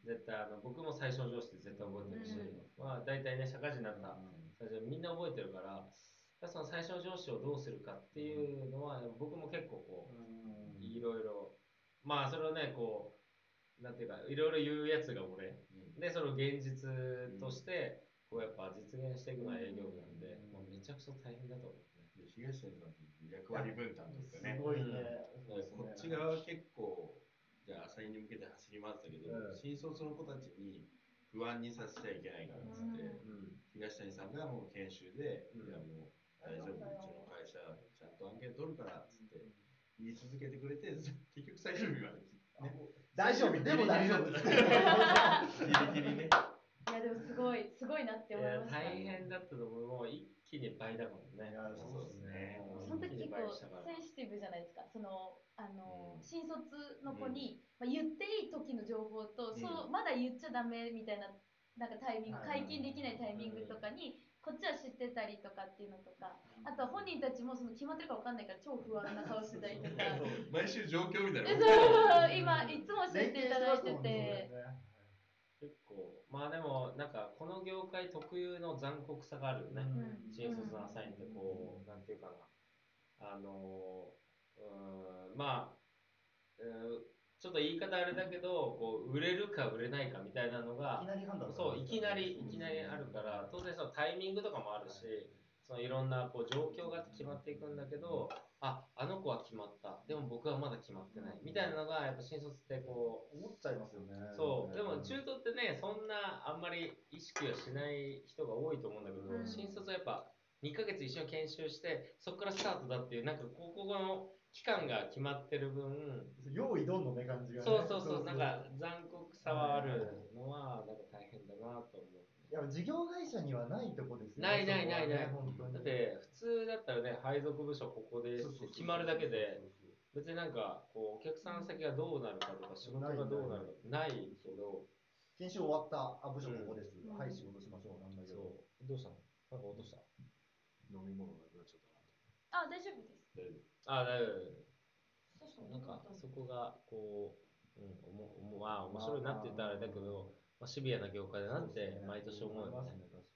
絶対あの僕も最初の上司って絶対覚えてるし、うん、まあ大体ね社会人になった最初みんな覚えてるから、その最初の上司をどうするかっていうのは僕も結構こういろいろ、まあそれをねこうなんていうかいろいろ言うやつが俺、うん、でそれを現実としてこうやっぱ実現していくのは営業部なんで、もうめちゃくちゃ大変だと思うね。
東谷さんって役割分担というかね、
すごいね、
うん、こっち側は結構じゃあアサインに向けて走り回ってたけど、うん、新卒の子たちに不安にさせちゃいけないからっつって、うん、東谷さんがもう研修で、うん、いやもう大丈夫、うちの会社ちゃんと案件取るからっつって言い続けてくれて、結局最終日まで、ね、
大丈夫でも大丈夫
ギリギリね。
いやでもすごいすごいなって思いました。
大変だったと思う。もう一気に倍だもんね。
いやそうですね。
その時結構センシティブじゃないですか。そのあの、うん、新卒の子に、うん、まあ、言っていい時の情報と、うん、そうまだ言っちゃダメみたいななんかタイミング、解禁できないタイミングとかに、こっちは知ってたりとかっていうのとか、あとは本人たちもその決まってるか分かんないから超不安な顔してたりとか。
毎週状況みたいな。
そう今いつも教えていただいてて。
結構まあでもなんかこの業界特有の残酷さがあるよね、うん、新卒のアサインってこう、うん、なんていうかな、あのうんまあ、うん、ちょっと言い方あれだけどこう売れるか売れないかみたいなのが
いきなり判断
そういきなりいきなりあるから、当然そのタイミングとかもあるし、そのいろんなこう状況が決まっていくんだけど、ああの子は決まった、でも僕はまだ決まってないみたいなのがやっぱ新卒ってこう
思っちゃいますよね。
そうでも中途ってねそんなあんまり意識はしない人が多いと思うんだけど、うん、新卒はやっぱにかげつ一緒に研修してそこからスタートだっていうなんかここの期間が決まってる分
用意どんのね感じが、ね、
そうそうそうなんか残酷さはあるのはなんか大変だなと思う。
いや事業会社にはないとこですよね。
ないないないない、
本当に。
だって普通だったらね配属部署ここですって決まるだけで別になんかこうお客さん先がどうなるかとか仕事がどうなるかないけど、
研修終わったあ部署ここです、うん、はい仕事しましょうなんだけど。
そうどうしたの？なんか落とした？
飲み物なくなっちゃった
な。あ大丈夫です。
大丈夫。あ大丈夫。なんかそこがこう、うん、おもまあ面白いなって言ったらあれだけど、まあ、シビアな業界だなって毎年思うよね。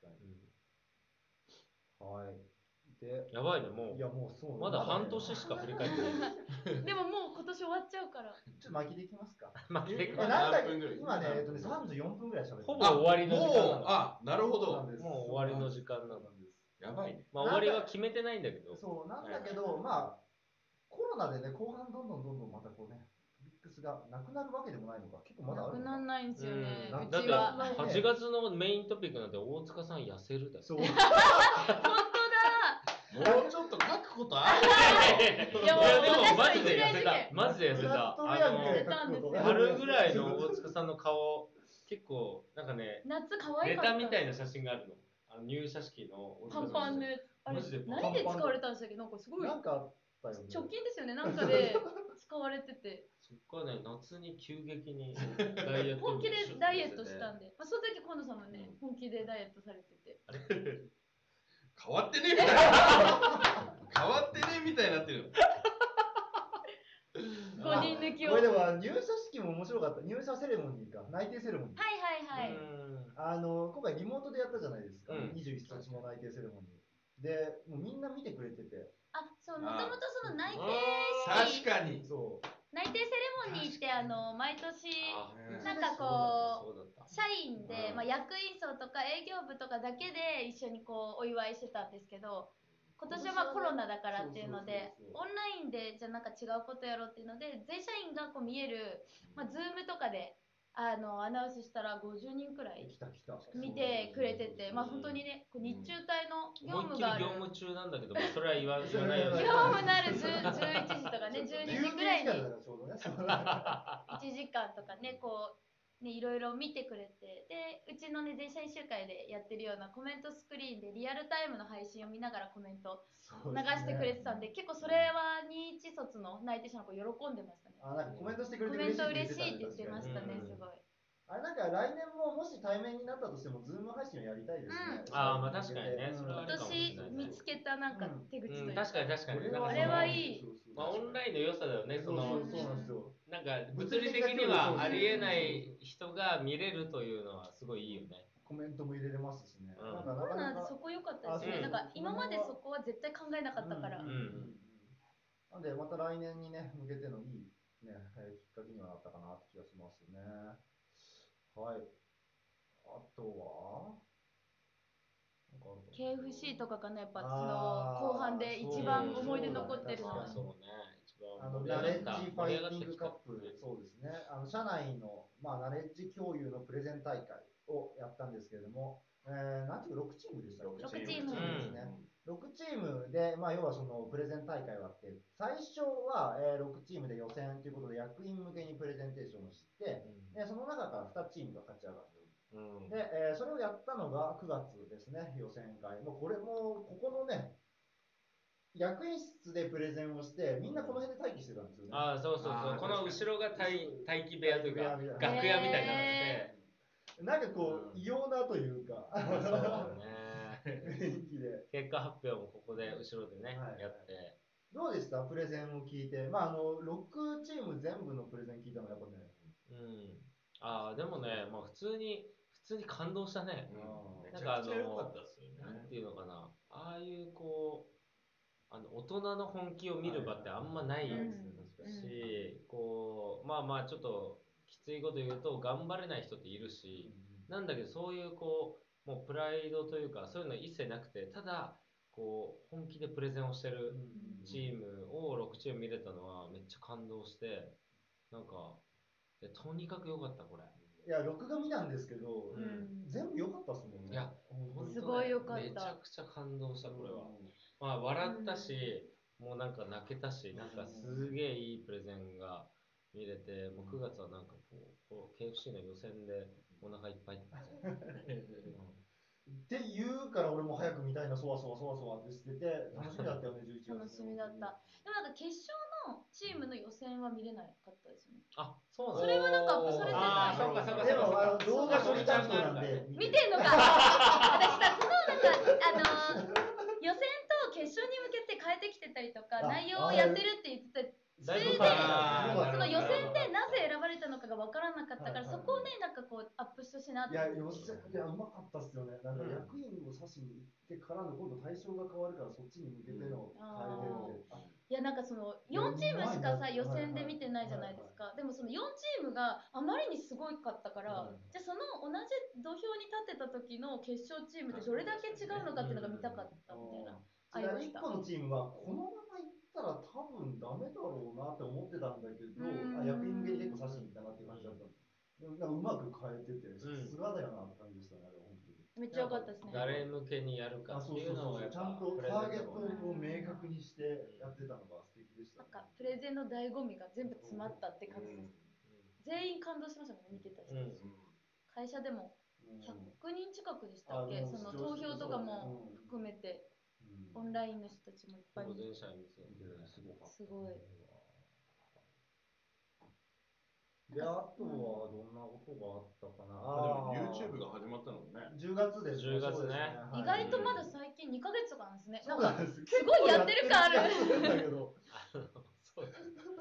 はい。で
やばいねもう。い
やもうそう
まだ半年しか振り返ってない。
でももう今年終わっちゃうから。
ちょっと巻きでいきますか。
巻きでいき
ます。なんだ今ねえっとねさんじゅうよんぷんぐらい喋って。
ほぼ終わりの時間なんだ。
あなるほど。
もう終わりの時間なんです。
やばいね。
まあ終わりは決めてないんだけど。
そうなんだけど、はい、まあコロナでね後半どんどんどんどんまたこうね。トピックスがなくなるわけでもないのか、結構まだあるのか。
なくならないんですよね。
うん、だってはちがつのメイントピックなんて大塚さん痩せるだよ。
そう。
本当
だ。もうちょっと書くことある。
いやもうでもマジで痩せた。マジで痩せた。
あ
の春ぐらいの大塚さんの顔結構なんかね、
夏可愛かった。
ネタみたいな写真があるの。あの入社式の
パンパンで、あれ何で使われたんでしたっけ？なんかすごい。
なんか
直近ですよね。なんかで使われてて。
そっからね夏に急激にダイエット
本気でダイエットしたんで、まあその時今野さんもね、本気でダイエットされてて。
あれ変わってねえみたいな。変わってねえみたいになってる。
ごごにん抜きを。
これでも入社式も面白かった。入社セレモニーか、内定セレモニー。
はいはいはい。
あの今回リモートでやったじゃないですか、
うん
にじゅういっ卒の内定セレモニーで、もうみんな見てくれてて、
あ、そうもともとその内定式
確かに
そう
内定セレモニーってあの毎年
あ
なんかこう
そうだった。
社員で、
うん
まあ、役員層とか営業部とかだけで一緒にこうお祝いしてたんですけど、今年はまあコロナだからっていうので
そうそうそうそう
オンラインでじゃあなんか違うことやろうっていうので全社員がこう見える、まあ、ズームとかであのアナウンスしたらごじゅうにんくらい
来た来た
見てくれてて、まあ本当にねこう日中帯の業
思いっきり
務がある
業務中なんだけど、まあそれは言わ言わないように。
業務のあるじゅう じゅういちじとかねじゅうにじぐらいに
だからちょうどねそう
いちじかんとかねこうねいろいろ見てくれて、でうちのね全社員集会でやってるようなコメントスクリーンでリアルタイムの配信を見ながらコメント流してくれてたんで、結構それはにいち卒の内定者の子喜んでましたね。
あ、なんかコメントしてくれ
コ
て
メント嬉しいって言って
たね
ましたね、
うん
すごい。
あれなんか来年ももし対面になったとしてもズーム配信をやりたいですね、
うん
あーまあ確かにね
うん
それはあ
今
るかもしれない
年見つけたなんか手口というか、
うん、確かに確かに。
これは
あれはいい
そうそうそう
まあオンラインの良さだよね。そ
そう
の
そうそうなんですよ。
なんか物理的にはありえない人が見れるというのはすごいいいよね。
コメントも入れれますしね。
うん
なんか
コロナ
なかなか
でそこ良かったですね。
うん
なんか今までそこは絶対考えなかったから。
うんうんうんうんなんでまた来年にね向けてのいいねえーきっかけにはなったかなって気がしますね。はい。あとはなんかあるかな
ケーエフシー とかかな、やっぱそ
あー
の後半で一番思い出残ってるのは。
そうだね
そうね。一番
あの
盛り上がった
ナレッジファイティングカップ
盛り上がった企画ね、
そうですね、あの社内の、まあ、ナレッジ共有のプレゼン大会をやったんですけれども、えー、なんていうろくチームでしたっけ？
ろくチーム
ですね。ろくチームで、まあ、要はそのプレゼン大会はあって、最初は、えー、ろくチームで予選ということで役員向けにプレゼンテーションをして、でその中からにチームが勝ち上がる。
うん、
で、えー、それをやったのがくがつですね、予選会。もうこれも、ここのね、役員室でプレゼンをして、みんなこの辺で待機してたんですよね。
ああ、そうそうそう。この後ろが待待機部屋というか、
待機部屋み
楽
たいな
屋みたいになって
なんかこう、
うん
異様なというか、
て、そうね。
雰囲気で。
結果発表もここで後ろでね、
はい
やって。
どうでしたプレゼンを聞いて。まあ、あの、ろくチーム全部のプレゼン聞いたのはやっぱね、
うん。ああ、でもね、まあ普通に、普通に感動したね。
うんめ
なんかあ
ちゃくちゃ良か
の
ったですよね。
なんていうのかな、ああいうこう、あの大人の本気を見る場ってあんまない
はい
し、こう、まあまあちょっときついこと言うと頑張れない人っているし、なんだけどそういうこう、もうプライドというかそういうの一切なくて、ただこう本気でプレゼンをしてるチームをろくチーム見れたのはめっちゃ感動して、なんか、えとにかく良かったこれ。
いや、録画見たんですけど、
うん
全部良かったっすもんね。
いや
本当に
すごい良かった
めちゃくちゃ感動したこれは。まあ笑ったし、もうなんか泣けたし、なんかすげえいいプレゼンが見れて、もうくがつはなんかこう、こう ケーエフシー の予選でお腹いっぱいって感じ。
って言うから俺も早く見たいな、そわそわそわそわってしてて、楽しみだったよね、じゅういちがつ。
楽しみだった。でもなんか決勝のチームの予選は見れなかったですよね。
あ、そう
それはなんかアップされてない
あーそうかそうか
で
そうか
も、あの動画処理担当なんで、
見てんのか私さ、そのなんか、あのー、予選と決勝に向けて変えてきてたりとか、
あ
内容をやってるって言ってた。それで、
あー
その予選でなぜ選ばれたのかが分からなかったから、そこをね、なんかこう、アップしてほしいなと
いや、
思って。
予選、いや、うまかったっすよね。なんか役員を指しに行ってからの、今度対象が変わるから、そっちに向けての変えてって。あ
いやなんかそのよんチームしかさ予選で見てないじゃないですか。でもそのよんチームがあまりにすごかったから、じゃあその同じ土俵に立ってた時の決勝チームってどれだけ違うのかっていうのが見たかったみたいな。ありました。
いっこのチームはこのままいったら多分ダメだろうなって思ってたんだけど、あ役員向けに結構指しに行ったなっていう感じだったんです。でもなんかうまく変えてて、さすがだよなって感じでしたね、あれ本当に。
めっちゃ良かったですね。
誰向けにやるかっていうのをやっぱ
ちゃんとターゲットを明確にしてやってたのが素敵でした、
なんかプレゼンの醍醐味が全部詰まったって感じです。全員感動しましたもんね、見てた人たち。会社でもひゃくにん近くでしたっけ、その投票とかも含めて、オンラインの人たちもいっぱい見て、すごい。
で、あとはどんなことがあったかな。
あでも YouTube が始まったのもね。
じゅうがつです
じゅうがつね。
意外とまだ最近にかげつとかなんですね。
そうなんです。
すごいやってる感ある。
だけど。
そう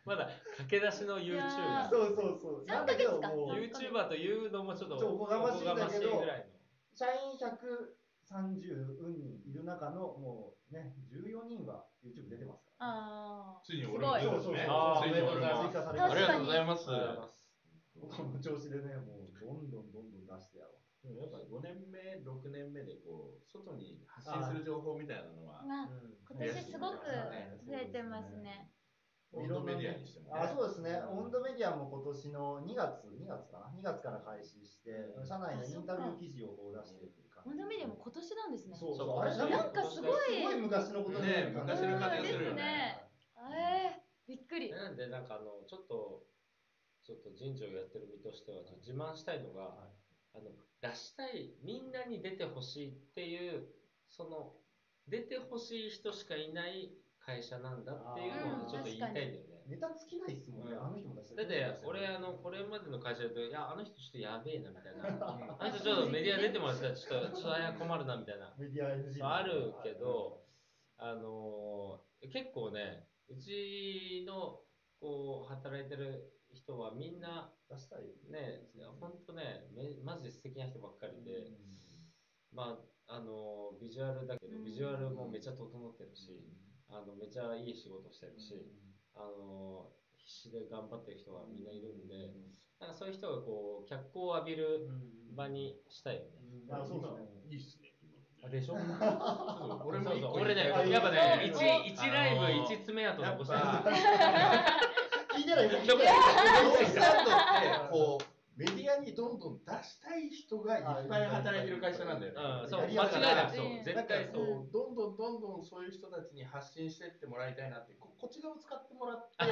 まだ駆け出しの YouTuber。
そうそうそう。なんだけどもう
YouTuber というのもちょっと
ちょっとおこがましいんだけど
おこがましいぐらいの。
社員ひゃくさんじゅうにんいる中のもうねじゅうよにんは YouTube 出てますから、ね。
ああ。
ついに俺も出たしね。
あ
ついに俺も。
追加され
ありがとうござい
あ
ます。
りがとうございます。
この調子でね、もうどんどんどんどん出してやろう。
でもやっぱごねんめ、ろくねんめでこう外に発信する情報みたいなのは、
まあ、今年すごく増えてますね。
温度メディアにしても、ね、
あ、そうですね。温度メディアも今年のにがつ、にがつかな ?に 月から開始して、社内のインタビュー記事をこう出してる感じ。
温度メディアも今年なんですね。
そうそう。あれなんかすごい、すごい昔のこと
ね、昔の感じがするよね。
えー、びっくり。
なんで、なんかあの、ちょっと、ちょっと人事をやってる身としては、自慢したいのが、はい、あの、出したい、みんなに出てほしいっていう、その、出てほしい人しかいない会社なんだっていうのをちょっと言いたいんだよね。
ネタ尽きないっすもんね、うん、あの人も出したい。
だって、俺、あの、これまでの会社だと、いや、あの人ちょっとやべえなみたいな。あの人ちょっとメディア出てもらったら、ちょっと、ちょっとあや困るなみたいな。
メディア エヌジー
あるけど、あのー、結構ね、うちの、こう、働いてる人はみんな、
出したい
ね、ほんとね、めマジで素敵な人ばっかりで、まあ、あのー、ビジュアルだけど、ビジュアルもめちゃ整ってるし、あの、めちゃいい仕事してるし、あのー、必死で頑張ってる人がみんないるんで、なんかそういう人がこう、脚光を浴びる場にしたいよね。
あ、そうですね。
いいっすね。
でしょ
俺も
俺ね、やっぱね、いちライブいち爪痕残してる。
聞いてない、聞いてない。
ノースタンドって、こう、メディアにどんどん出したい人がいっぱい働いてる会社なんだよね。
そう、間違いなくそう。絶対そう。
どんどんどんどんそういう人たちに発信してってもらいたいなって、ここっち側使ってもらって。
ラ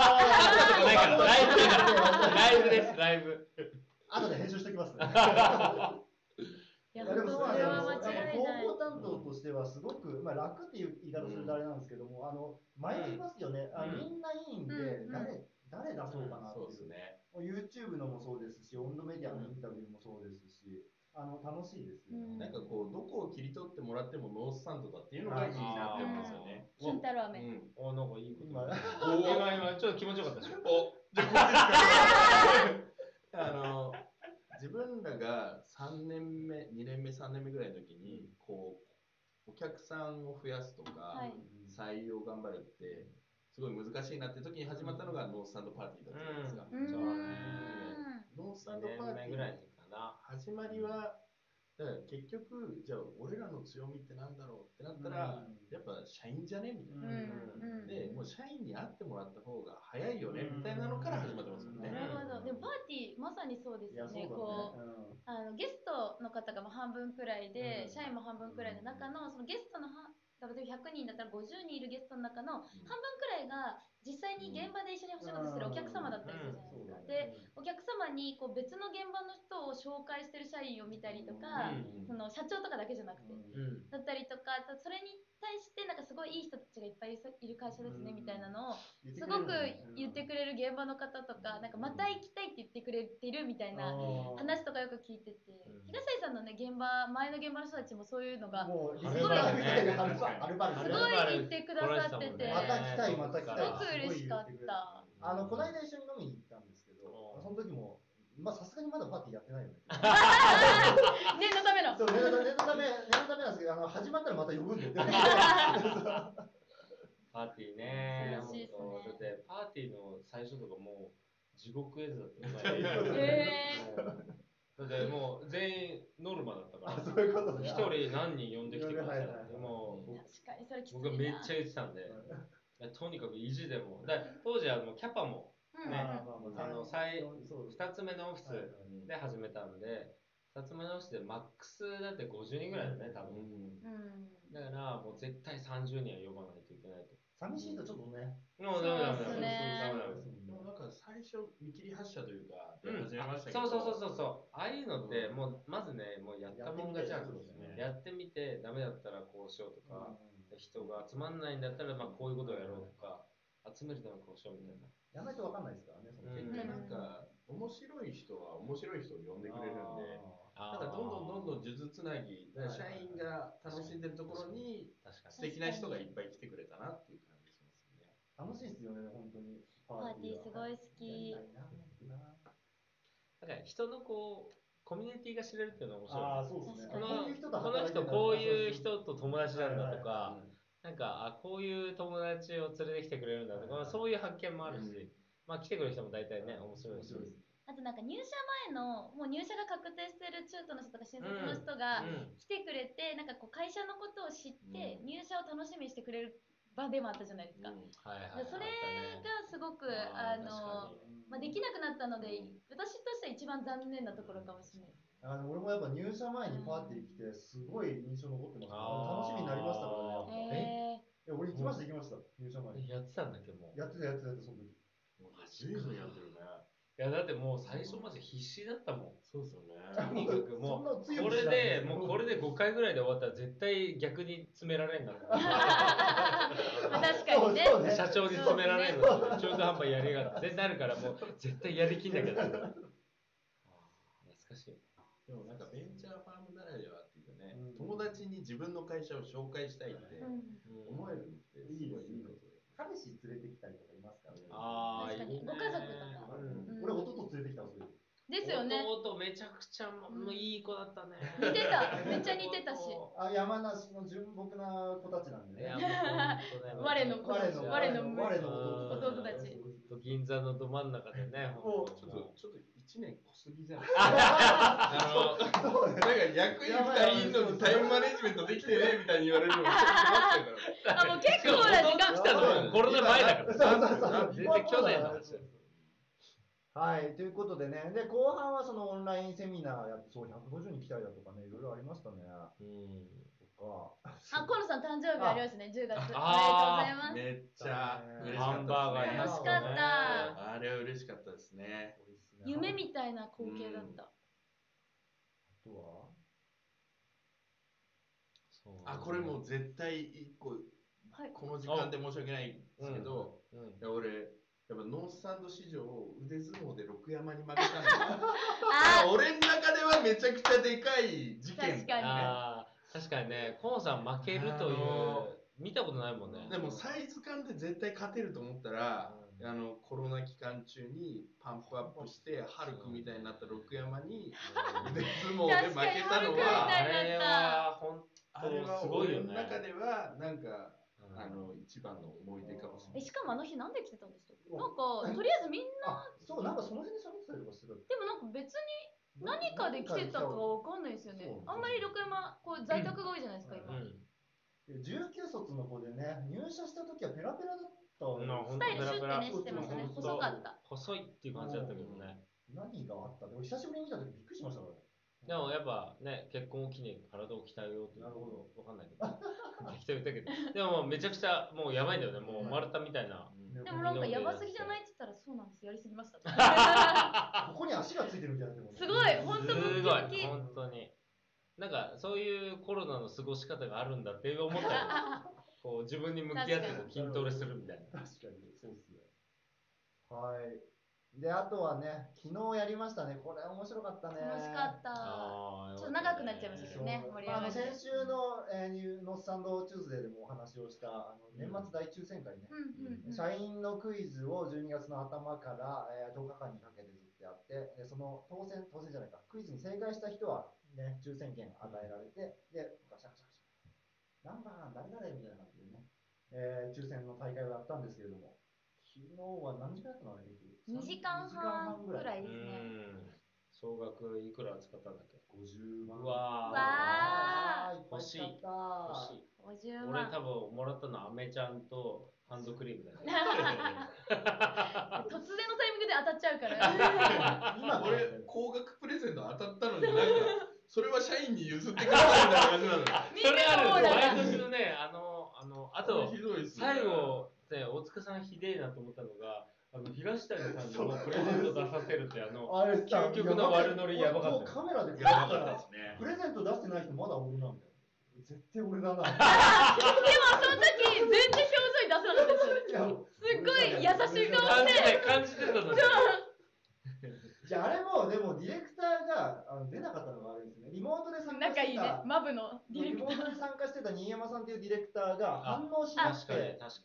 イブです、ライブ。
後で編集しておきますね。
いや、でもそれは間違いない。
広報担当としてはすごく、まあ、楽っていう言い方するとあれなんですけども、あの迷いますよね。あのみんないいんで、誰誰出そうかなっていう。そうですね。YouTube のもそうですし、温度メディアのインタビューもそうですし、あの楽しいですよね。
なんかこうどこを切り取ってもらってもノースサンドだっていうのがいいなって思うんですよね。
金太郎飴。
お、なんかいいこと。今今ちょっと気持ちよかったでしょ。
お、じゃああの。自分らがさんねんめ、にねんめ、さんねんめぐらいの時に、こう、お客さんを増やすとか、はい、採用頑張るって、すごい難しいなって時に始まったのがノースタンドパーティーだったじゃないですか。うんそうね。ノースタンドパーティーの始まりは、だから結局、じゃあ俺らの強みってなんだろうってなったら、うん、やっぱ社員じゃねみたいな、うん。で、もう社員に会ってもらった方が早いよねみたいなのから始まってますもんね。
なるほど。でもパーティー、まさにそうですよね。こう、あのゲストの方が半分くらいで、社員も半分くらいの中の、そのゲストの例えばひゃくにんだったらごじゅうにんいるゲストの中の半分くらいが実際に現場で一緒にお仕事するお客様だったりするじゃないですか。で、お客様にこう別の現場の人を紹介してる社員を見たりとか、その社長とかだけじゃなくて、だったりとか、それに対してなんかすごいいい人たちがいっぱいいる会社ですねみたいなのをすごく言ってくれる現場の方とか、なんかまた行きたいって言ってくれてるみたいな話とかよく聞いてて、東井さんのね現場前の現場の人たちもそういうのがすごいすごい言ってくださってて、
また来たいまた来たい
すごく嬉しかった。
あのこの間一緒に飲みに行ったんですけど、その時もまあさすがにまだパーティーやってないよね。
念のための。
そう念のため念のためなんですけど、あの始まったらまた呼ぶんで。パ
ーティーね。だってパーティーの最初とかもう地獄絵図だったよね。だってもう全員ノルマだったから。
そういうことね。
一人何人呼んできてくださいって。もう僕がめっちゃ言ってたんで、とにかく意地でも。当時はもうキャパもね、あの最ふたつめのオフィスで始めたんで、ふたつめのオフィスでマックスだってごじゅうにんぐらいだね、多分。だからもう絶対さんじゅうにんは呼ばないといけないと。
寂しいとちょっとね。
もうダメダメダメ。
でもなんか最初見切り発車というかで始めましたけ
ど、そうそうそうそう。ああいうのってもうまずね、もうやったもん勝ちなんですよね。やってみてダメだったらこうしようとか、人が集まんないんだったらまあこういうことをやろうとか、集めるためにこうしようみたいな。
やらないとわかんないですからね。
絶対なんか面白い人は面白い人を呼んでくれるんで、なんかどんどんどんどん数珠つなぎ、社員が楽しんでるところに素敵な人がいっぱい来てくれたなっていう感じしますね。
楽しいですよね、本当に。パ
パーティーすごい好き。
やりたいなってな。
なんか人のこうコミュニティが知れるっていうのは面白いね。
ああ、そうですね。
この
こういう人と
この
働いてるんだ
人こういう人と友達なんだとか、
はいはいはい
なんかあこういう友達を連れてきてくれるんだとか、まあそういう発見もあるし、
うん
まあ来てくれる人も大体ね面白いし。
面白いです。
あとなんか入社前のもう入社が確定してる中途の人とか新卒の人
う
が
ん
来てくれて、なんかこう会社のことを知って
うん
入社を楽しみにしてくれる場でもあったじゃないですか。
うん
はいはい。
でそれ
あ
がすごく
あー
あの
確かに
まあ、できなくなったので、
うん
私としては一番残念なところかもしれない。
あの俺もやっぱ入社前にパーティー来て、すごい印象残ってますね。
あー
楽しみになりましたからね、やっぱ。い
え
や、俺行きました、行きました、入社前に。
やってたんだっけもう。
やってた、やってた、やってた、その時。
随分やってるね。
いやだってもう最初まで必死だったもん。
そうですよね。
とにかくもう
そんな強
これ
くしなくて
でもうこれでごかいぐらいで終わったら絶対逆に詰められんだと。
まあ確かにね。
そうそうね
社長に詰められるのと中途半端やりやがって絶対あるからもう絶対やりきんなきゃだ。懐かしい。
でもなんかベンチャーファームならではっていうかね、
うん
友達に自分の会社を紹介したいって
うん
思えるのってすごいいいことで。
彼氏連れてきたりとかいますからね。
ああ
確かに
いいね
ご家族とか
うん
俺、弟連れてきたんですよ。
ですよね。
弟めちゃくちゃもういい子だったね。
似てためっちゃ似てたし
あ、山梨の純朴な子たちなんでね。
いやもう本当ね。
我の子
我の
我の息子
我の弟
弟たち
そう
銀座のど真ん中でね。
お
ちょっと、ちょっと一年濃すぎじゃない
あ
あの、なんか役員二人いんのにタイムマネジメントできてねみたいに言われるのがちょっと困っちゃうから。
あもう結構な時間
来たのもコロナ前だから。
そうそうそう
全然去年の話だよ。
はい、ということでね、で後半はそのオンラインセミナーやって、そう、ひゃくごじゅうにん来たりだとかね、いろいろありましたね。
うん。
とか、
あ、河野さん誕生日ありますね、じゅうがつ。おめでとうご
あ
ざいます。
めっちゃ嬉しか
ハンバーガー
ったですね。
楽しかった
あれは嬉しかったですね。
夢みたいな光景だった。
あとは
そう
あ、これもう絶対一個、
はい。
この時間で申し訳ないんですけど、
うん。
いや俺、やっぱノースサンド史上腕相撲で六山に負けたんだ。
あ
俺の中ではめちゃくちゃでかい事件
確かに
ああ、確かにね、コンさん負けるという
あの、
見たことないもんね。
でもサイズ感で絶対勝てると思ったら、
うん
あのコロナ期間中にパンプアップしてハルクみたいになった六山に腕相撲で負けたの
確かにハルクみた
は、
あれは本
あれは
すごいよね
俺の中ではなんか、
当
あの一番の思い出かもしれな
え、
い。
しかもあの日なんで来てたんでしたっけ？なんか、とりあえずみんな、
あ、そう、なんかその辺で喋ってたりとかしてた。
でもなんか別に何かで来てたかわかんないですよね。あんまり六山、こう在宅が多いじゃないですか、今。
うん。
じゅうきゅう卒の子でね、入社した時はペラペラだったんですよ。
うん
スタイルシュッてね、
そう
してましたね。
そう
細かった。
細いっていう感じだったけどね。
何があったって、俺久しぶりに見た時びっくりしましたからね。
でもやっぱね、結婚を機に体を鍛えようという。
なるほ
わかんないけど。適当言ったけど。でももうめちゃくちゃもうやばいんだよね。もう丸太みたいな。
うん
でもなんかやばすぎじゃないって言ったらそうなんです。やりすぎました。
ここに足がついてるみたいになってます。
すごいほんと
すごい、
ムキムキ
本当に。なんかそういうコロナの過ごし方があるんだって思ったよ。こう自分に向き合ってこう筋トレするみたいな。
確かに、そうっすね。はい。で、あとはね、昨日やりましたね。これ面白かったね。
楽しかった。
あー
ちょっと長くなっちゃいましたけどね、
そう
盛り上
まああの
がって。
先週の、えーニューノースサンドチューズデーでもお話をしたあの年末大抽選会ね、
うんうんうん。
社員のクイズをじゅうにがつの頭から、えーとおかかんにかけてずっとやって、でその当選、当選じゃないか、クイズに正解した人は、ね、抽選券与えられて、で、ガシャガシャガシャ、何番、誰々みたいな感じでね、えー抽選の大会をやったんですけれども、昨日は何時間やったのあれ、
にじかんはんぐらいですね。
うん。総額いくら使ったんだっけ？
ごじゅうまん。
うわー
わ
あーいっぱい使った
欲しい。
ごじゅう
俺
まん。
多分もらったのはアメちゃんとハンドクリームだね。
突然のタイミングで当たっちゃうから。
今
俺、高額プレゼント当たったのになんか、それは社員に譲ってくださいみたいな感じなの。
みんなの方
それある。
だから。
毎年のね、あの、あの、あと
ひ、どいっすね
最後、ね、大塚さんひでえなと思ったのが、あの東谷さんにもプレゼント出させるって、あの、
あれさ
究極の悪ノリやばかったよ
もうカメラで
やばかったですね。
プレゼント出してない人まだおるなみたいな。絶対俺だな。
でもその時全然表情に出せなかったですよね。
いや
すっごい優しい顔
感じて、感じてたのに。
じゃああれもでもディレクターがあの出なかったのが悪いんですね。リモートで参加して
仲いいね
た。
マブのディレクター。
リモートで参加してた新山さんっていうディレクターが反応しなく
確かに、
て、
確かに。
そ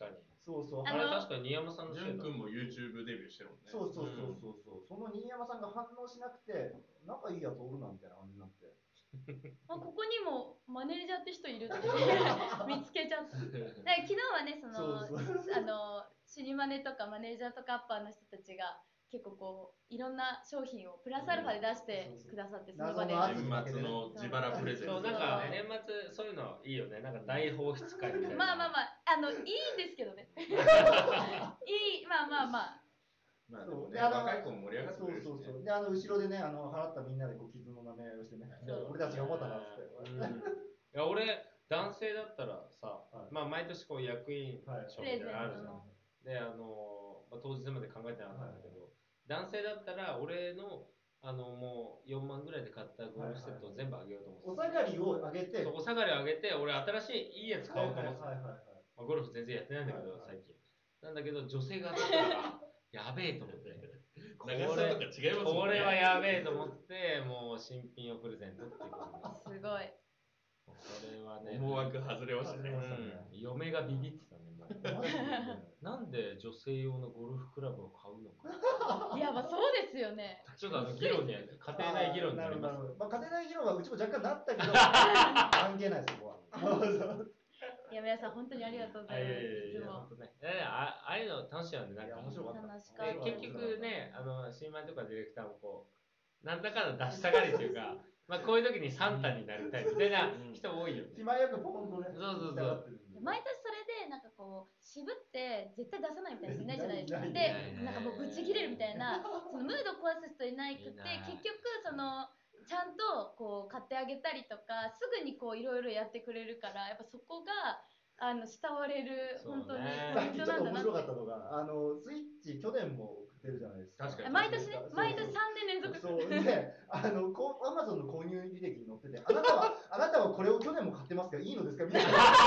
そうそう。
あれ確かに新山さんのせいだ。
ジュン君も YouTube デビューしてるもんね。
そうそうそうそうそう。その新山さんが反応しなくて、仲いいやつおるなみたいな感じになって。
あ、ここにもマネージャーって人いるって見つけちゃった。で昨日はね、その、
そうそう
あの、シニマネとかマネージャーとかアッパーの人たちが、結構こう、いろんな商品をプラスアルファで出してくださって、その場で。
年末の自腹プレゼント。
そう、なんか年末そういうのいいよね。なんか大放出会みたいな。
まあまあまあ、あの、いいんですけどね。いい、まあまあまあ。
まあでもね、若い子も盛り上がってくれるしね。
そうそうそう。で、あの、後ろでね、あの、払ったみんなでこう、傷の舐め合いをしてね、俺たちが思ったなっつって。
うん、いや、俺、男性だったらさ、はい、まあ毎年こう役員賞みたいなのあるじゃん。で、あの、まあ、当日まで考えてなかったんだけど、はい、男性だったら俺の、あの、もうよんまんぐらいで買ったゴルフセットを全部あげようと思って、
お下がりをあげて、
お下がりをあげて、俺新しいいいやつ買おうと思って、ゴルフ全然やってないんだけど、はいはい、最近。なんだけど、女性が当たったからやべえと思って。
長さとか違いますよね。
これはやべえと思って、もう新品をプレゼントっていうこと
すごい。
これはね、
思惑外れましたね。
うん、嫁がビビってたね、もう。なんで女性用のゴルフクラブを買うのか。
いや、まあそうですよね。
ちょっとあの議論に、家庭内議論になります。
まあ、家庭内議論はうちも若干なったけど、関係ないです、そこは。
いや、皆さん本当にありがとうございます。いつも。
ね、えあああいうの楽しいよね、なんか。
面白かった。
楽しかった。
結局ね、あの、新米とかディレクターもこう、なんだかんだ出したがりというか、まあこういう時にサンタになりたいみたいな人多いよね。
気前よくポンとね。
そうそうそう。
毎年それで、なんかこう、渋って絶対出さないみたいな人いないじゃないですか。で、なんかもうブチ切れるみたいな、そのムード壊す人いなくて、結局、その、ちゃんとこう買ってあげたりとか、すぐにこういろいろやってくれるから、やっぱそこが、あの慕われる、本当に
さっきちょっと面白かったのが、あのスイッチ去年も送ってるじゃないですか。
確かに
毎年ね、毎年さんねん連続。
そうね、あのこアマゾンの購入履歴に載ってて、あなたはあなたはこれを去年も買ってますがいいのですかみたいな。そうなん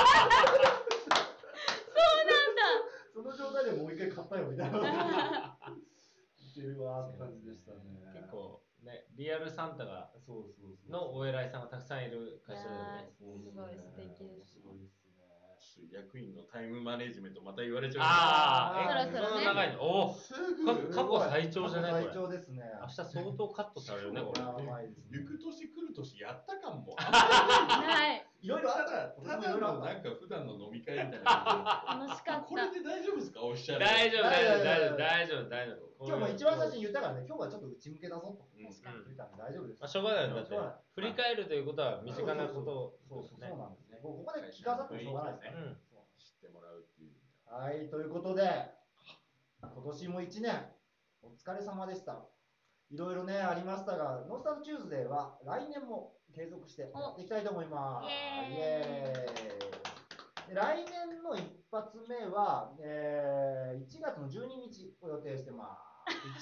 だ。
その状態でもう一回買ったよみたいな。いけるわーって感じでしたね。
結構ね、リアルサンタがのお偉いさんがたくさんいる会社だよね。
すごい素敵です。
役員のタイムマネジメントまた言われちゃう。
あ
あ、そろそろね。
長いの。おお。過去最長じゃないこれ。
最長ですね。
明日相当カットされるねこれ。
行く年来る年やった感も。
ない。
いろいろあった。
ただのなんか普段の飲み会みたいな。
楽しかった。
これで大丈夫ですかおっしゃる。
大丈夫大丈夫大丈夫大丈夫大丈夫。
今日も一番最初に言ったからね、今日はちょっと内向けだぞと。
確かに。
言ったんで大丈夫です。
まあしょうがないよだって振り返るということは身近なこと
そうそうそうなんですね。ここで聞かざってもしょうがないですね。
知ってもらうっていう。
はい、ということで、今年もいちねん、お疲れ様でした。いろいろね、ありましたが、ノースタートチューズデーは来年も継続してやっていきたいと思います。イエーイ。で来年の一発目は、えー、いちがつのじゅうににちを予定してます。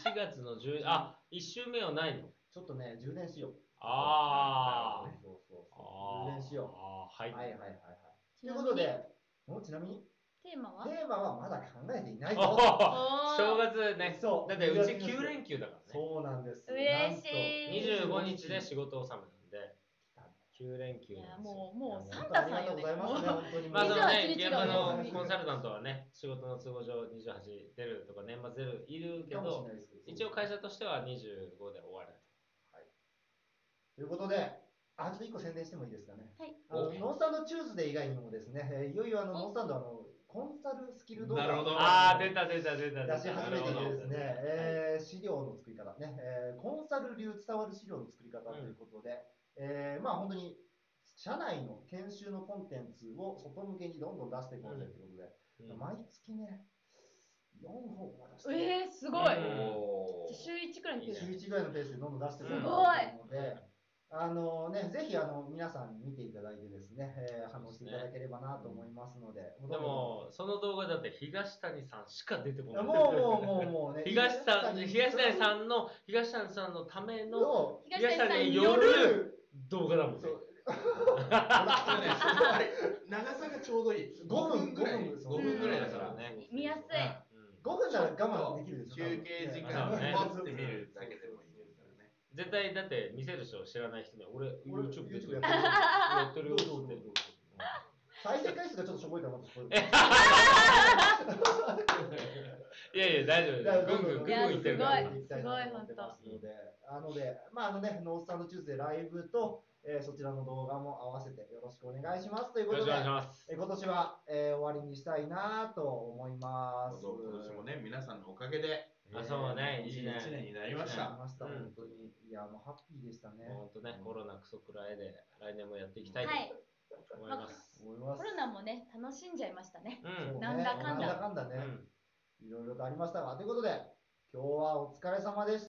いちがつのじゅう、あ、いっ週目はないの
ちょっとね、充電しよう。
ああ。
そうそうそう。充電しよう。
あはい。
はいはいはいはい。ということで、ちなみに
テーマは
テーマはまだ考えていないと。
正月ね。
そう。
だってうちきゅう連休だからね。
そうなんです。
嬉しい。
にじゅうごにちで仕事納めなんで、きゅう連休なんですよ。
もう、もうサンタさんよね。
ありがとうございますね、本当に。
まあそのね、現場のコンサルタントはね、仕事の都合上にじゅうはち出るとか年末出るいるけど、一応会社としてはにじゅうごで終わる。
はい。ということで、あ、ちょっといっこ宣伝してもいいですかね。
はい。
あのノースタンドチューズデー以外にもですね、いよいよあのノースタンドあのコンサルスキル動画
を
あ出た出た出た
出し始めていてですね、えー、資料の作り方ね、えー、コンサル流伝わる資料の作り方ということで、うん、えー、まあ本当に社内の研修のコンテンツを外向けにどんどん出していこうぜということで、うん、毎月ねよんほんは出して
えー、すごい、うん、週いちくらいのペース
週いちぐらいのペースでどんどん出していこうと思うので、あのね、ぜひあの皆さん見ていただいてですね、えー、反応していただければなと思いますので。
でも、その動画だって東谷さんしか出てこない。
もうもうもうもうね。
東谷、東谷さんの、東谷さんのための、
東谷さん
による動画だもんね。
長さがちょうどいい。ごふんぐらい。ごふんぐらいだからね。
見やすい。
ごふんなら我慢できるでしょ。
休憩時間に持ってみるだけでもいい。
絶対だって見せる人知らない人に俺 YouTube で
やってる
よって。
再生回数がちょっとしょぼいかなと思って。
いやいや、大丈夫
いや
です。ぐんぐんぐんぐんいってるから。
いやすごい
いきたいなと思ってますので、あので、まああのね、ノースタンドチューズデーライブと、えーそちらの動画も合わせてよろしくお願いしますということで、
よろしくお願いします。
えー今年は、えー終わりにしたいなと思います。
今年もね、皆さんのおかげで、
あ、そうね、
いい
一年。
一年になりました
なりました、
うん
本当に。いや、もうハッピーでしたね。
本当ね、コロナクソくらいで来年もやっていきたいと
はい。
思います。
思います。
コロナもね、楽しんじゃいましたね。
うん。
そうね
なんだかんだ
なんだかんだね、
うん
いろいろとありましたが、ということで、今日はお疲れ様でした。